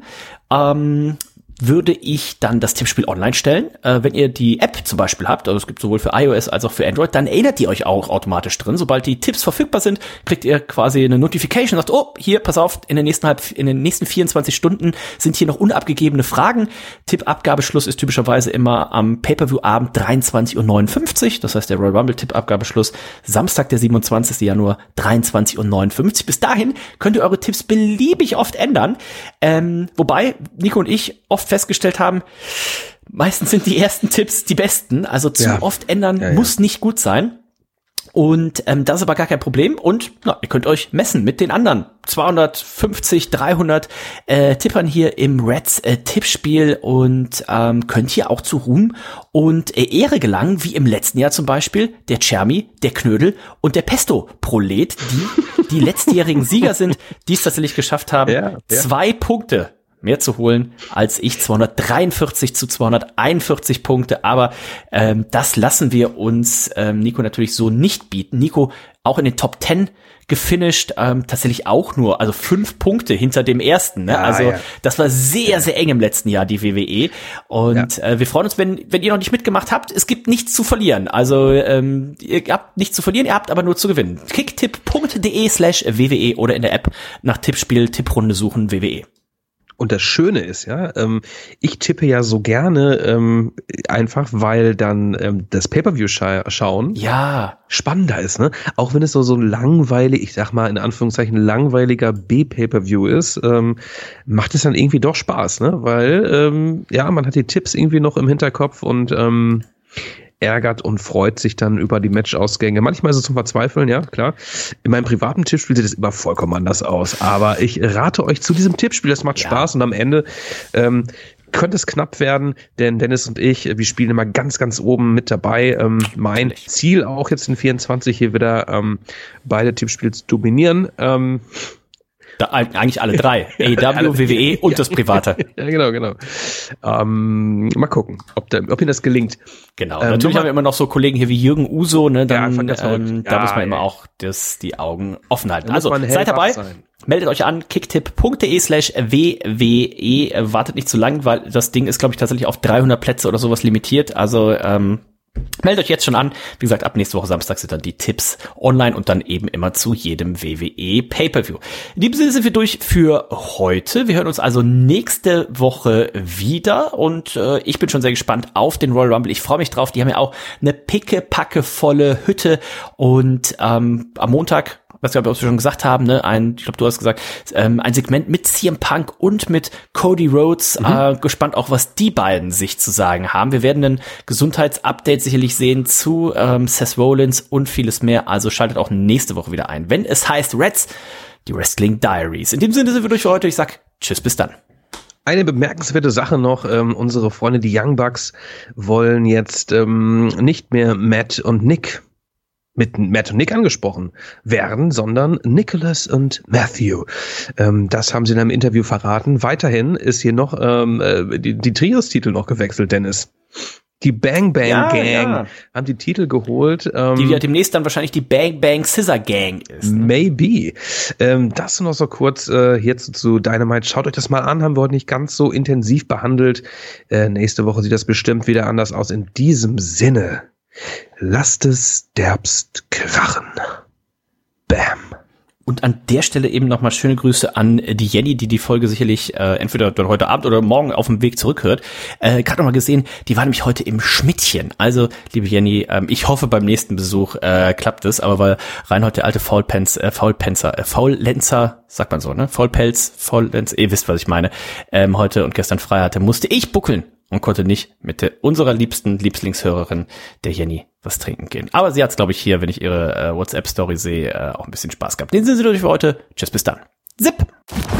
ähm, würde ich dann das Tippspiel online stellen. Äh, wenn ihr die App zum Beispiel habt, also es gibt sowohl für iOS als auch für Android, dann erinnert ihr euch auch automatisch drin. Sobald die Tipps verfügbar sind, kriegt ihr quasi eine Notification, sagt, oh, hier, pass auf, in den nächsten halb, in den nächsten vierundzwanzig Stunden sind hier noch unabgegebene Fragen. Tippabgabeschluss ist typischerweise immer am Pay-Per-View-Abend dreiundzwanzig Uhr neunundfünfzig. Das heißt, der Royal Rumble Tippabgabeschluss Samstag, der siebenundzwanzigsten Januar, dreiundzwanzig Uhr neunundfünfzig. Bis dahin könnt ihr eure Tipps beliebig oft ändern. Ähm, wobei Nico und ich oft festgestellt haben, meistens sind die ersten Tipps die besten, also zu ja. oft ändern ja, ja. muss nicht gut sein. Und ähm, das ist aber gar kein Problem. Und na, ihr könnt euch messen mit den anderen zweihundertfünfzig, dreihundert äh, Tippern hier im Reds äh, Tippspiel und ähm, könnt hier auch zu Ruhm und äh, Ehre gelangen, wie im letzten Jahr zum Beispiel der Chermi, der Knödel und der Pesto-Prolet, die die letztjährigen Sieger sind, die es tatsächlich geschafft haben, ja, ja. zwei Punkte mehr zu holen als ich, zweihundertdreiundvierzig zu zweihunderteinundvierzig Punkte, aber ähm, das lassen wir uns ähm, Nico natürlich so nicht bieten. Nico auch in den Top zehn gefinisht, ähm, tatsächlich auch nur, also fünf Punkte hinter dem ersten, ne? Ja, also ja. das war sehr, sehr eng im letzten Jahr, die W W E, und ja. äh, wir freuen uns, wenn wenn ihr noch nicht mitgemacht habt, es gibt nichts zu verlieren, also ähm, ihr habt nichts zu verlieren, ihr habt aber nur zu gewinnen. kicktipp.de slash wwe oder in der App nach Tippspiel, Tipprunde suchen, W W E. Und das Schöne ist, ja, ähm, ich tippe ja so gerne ähm, einfach, weil dann ähm, das Pay-Per-View scha- schauen ja spannender ist, ne? Auch wenn es so so ein langweilig, ich sag mal in Anführungszeichen langweiliger B-Pay-Per-View ist, ähm, macht es dann irgendwie doch Spaß, ne? Weil ähm, ja, man hat die Tipps irgendwie noch im Hinterkopf und ähm, ärgert und freut sich dann über die Matchausgänge. Manchmal ist es zum Verzweifeln, ja, klar. In meinem privaten Tippspiel sieht es immer vollkommen anders aus. Aber ich rate euch zu diesem Tippspiel, das macht ja. Spaß und am Ende ähm, könnte es knapp werden, denn Dennis und ich, wir spielen immer ganz, ganz oben mit dabei. Ähm, mein Ziel auch jetzt in vierundzwanzig hier wieder ähm, beide Tippspiele zu dominieren. Ähm, Da, eigentlich alle drei. A E W, W W E und ja. das Private. Ja, genau, genau. Ähm, mal gucken, ob, da, ob Ihnen das gelingt. Genau. Ähm, Natürlich haben wir immer noch so Kollegen hier wie Jürgen Uso, ne? Dann, ja, ähm, da ja, muss man ja. immer auch das, die Augen offen halten. Also, seid dabei. Sein. Meldet euch an, kicktipp.de slash wwe. Wartet nicht zu lang, weil das Ding ist, glaube ich, tatsächlich auf dreihundert Plätze oder sowas limitiert. Also, ähm, meldet euch jetzt schon an. Wie gesagt, ab nächste Woche Samstag sind dann die Tipps online und dann eben immer zu jedem W W E Pay-Per-View. In diesem Sinne sind wir durch für heute. Wir hören uns also nächste Woche wieder und äh, ich bin schon sehr gespannt auf den Royal Rumble. Ich freue mich drauf. Die haben ja auch eine pickepackevolle Hütte und ähm, am Montag, was wir aber schon gesagt haben, ne, ein, ich glaube, du hast gesagt, ähm, ein Segment mit C M Punk und mit Cody Rhodes. Mhm. Äh, gespannt auch, was die beiden sich zu sagen haben. Wir werden ein Gesundheitsupdate sicherlich sehen zu ähm, Seth Rollins und vieles mehr. Also schaltet auch nächste Woche wieder ein, wenn es heißt Reds, die Wrestling Diaries. In dem Sinne sind wir durch für heute. Ich sag tschüss, bis dann. Eine bemerkenswerte Sache noch, ähm, unsere Freunde, die Young Bucks, wollen jetzt ähm, nicht mehr Matt und Nick mit Matt und Nick angesprochen werden, sondern Nicholas und Matthew. Ähm, das haben sie in einem Interview verraten. Weiterhin ist hier noch ähm, die, die Trios-Titel noch gewechselt, Dennis. Die Bang Bang ja, Gang ja. haben die Titel geholt. Ähm, die ja demnächst dann wahrscheinlich die Bang Bang Scissor Gang ist. Ne? Maybe. Ähm, das noch so kurz äh, hierzu zu Dynamite. Schaut euch das mal an, haben wir heute nicht ganz so intensiv behandelt. Äh, nächste Woche sieht das bestimmt wieder anders aus. In diesem Sinne, lasst es derbst krachen. Bam. Und an der Stelle eben nochmal schöne Grüße an die Jenny, die die Folge sicherlich äh, entweder dann heute Abend oder morgen auf dem Weg zurückhört. Äh, gerade nochmal gesehen, die war nämlich heute im Schmidtchen. Also, liebe Jenny, ähm, ich hoffe beim nächsten Besuch äh, klappt es, aber weil Reinhold, der alte Faulpenz, äh, Faulpenzer, äh, Faullenzer, sagt man so, ne? Faulpelz, Faullenz, ihr wisst, was ich meine, ähm, heute und gestern frei hatte, musste ich buckeln und konnte nicht mit der, unserer liebsten Lieblingshörerin, der Jenny, was trinken gehen. Aber sie hat's, glaube ich, hier, wenn ich ihre äh, WhatsApp-Story sehe, äh, auch ein bisschen Spaß gehabt. Den sind sie durch für heute. Tschüss, bis dann. Zip!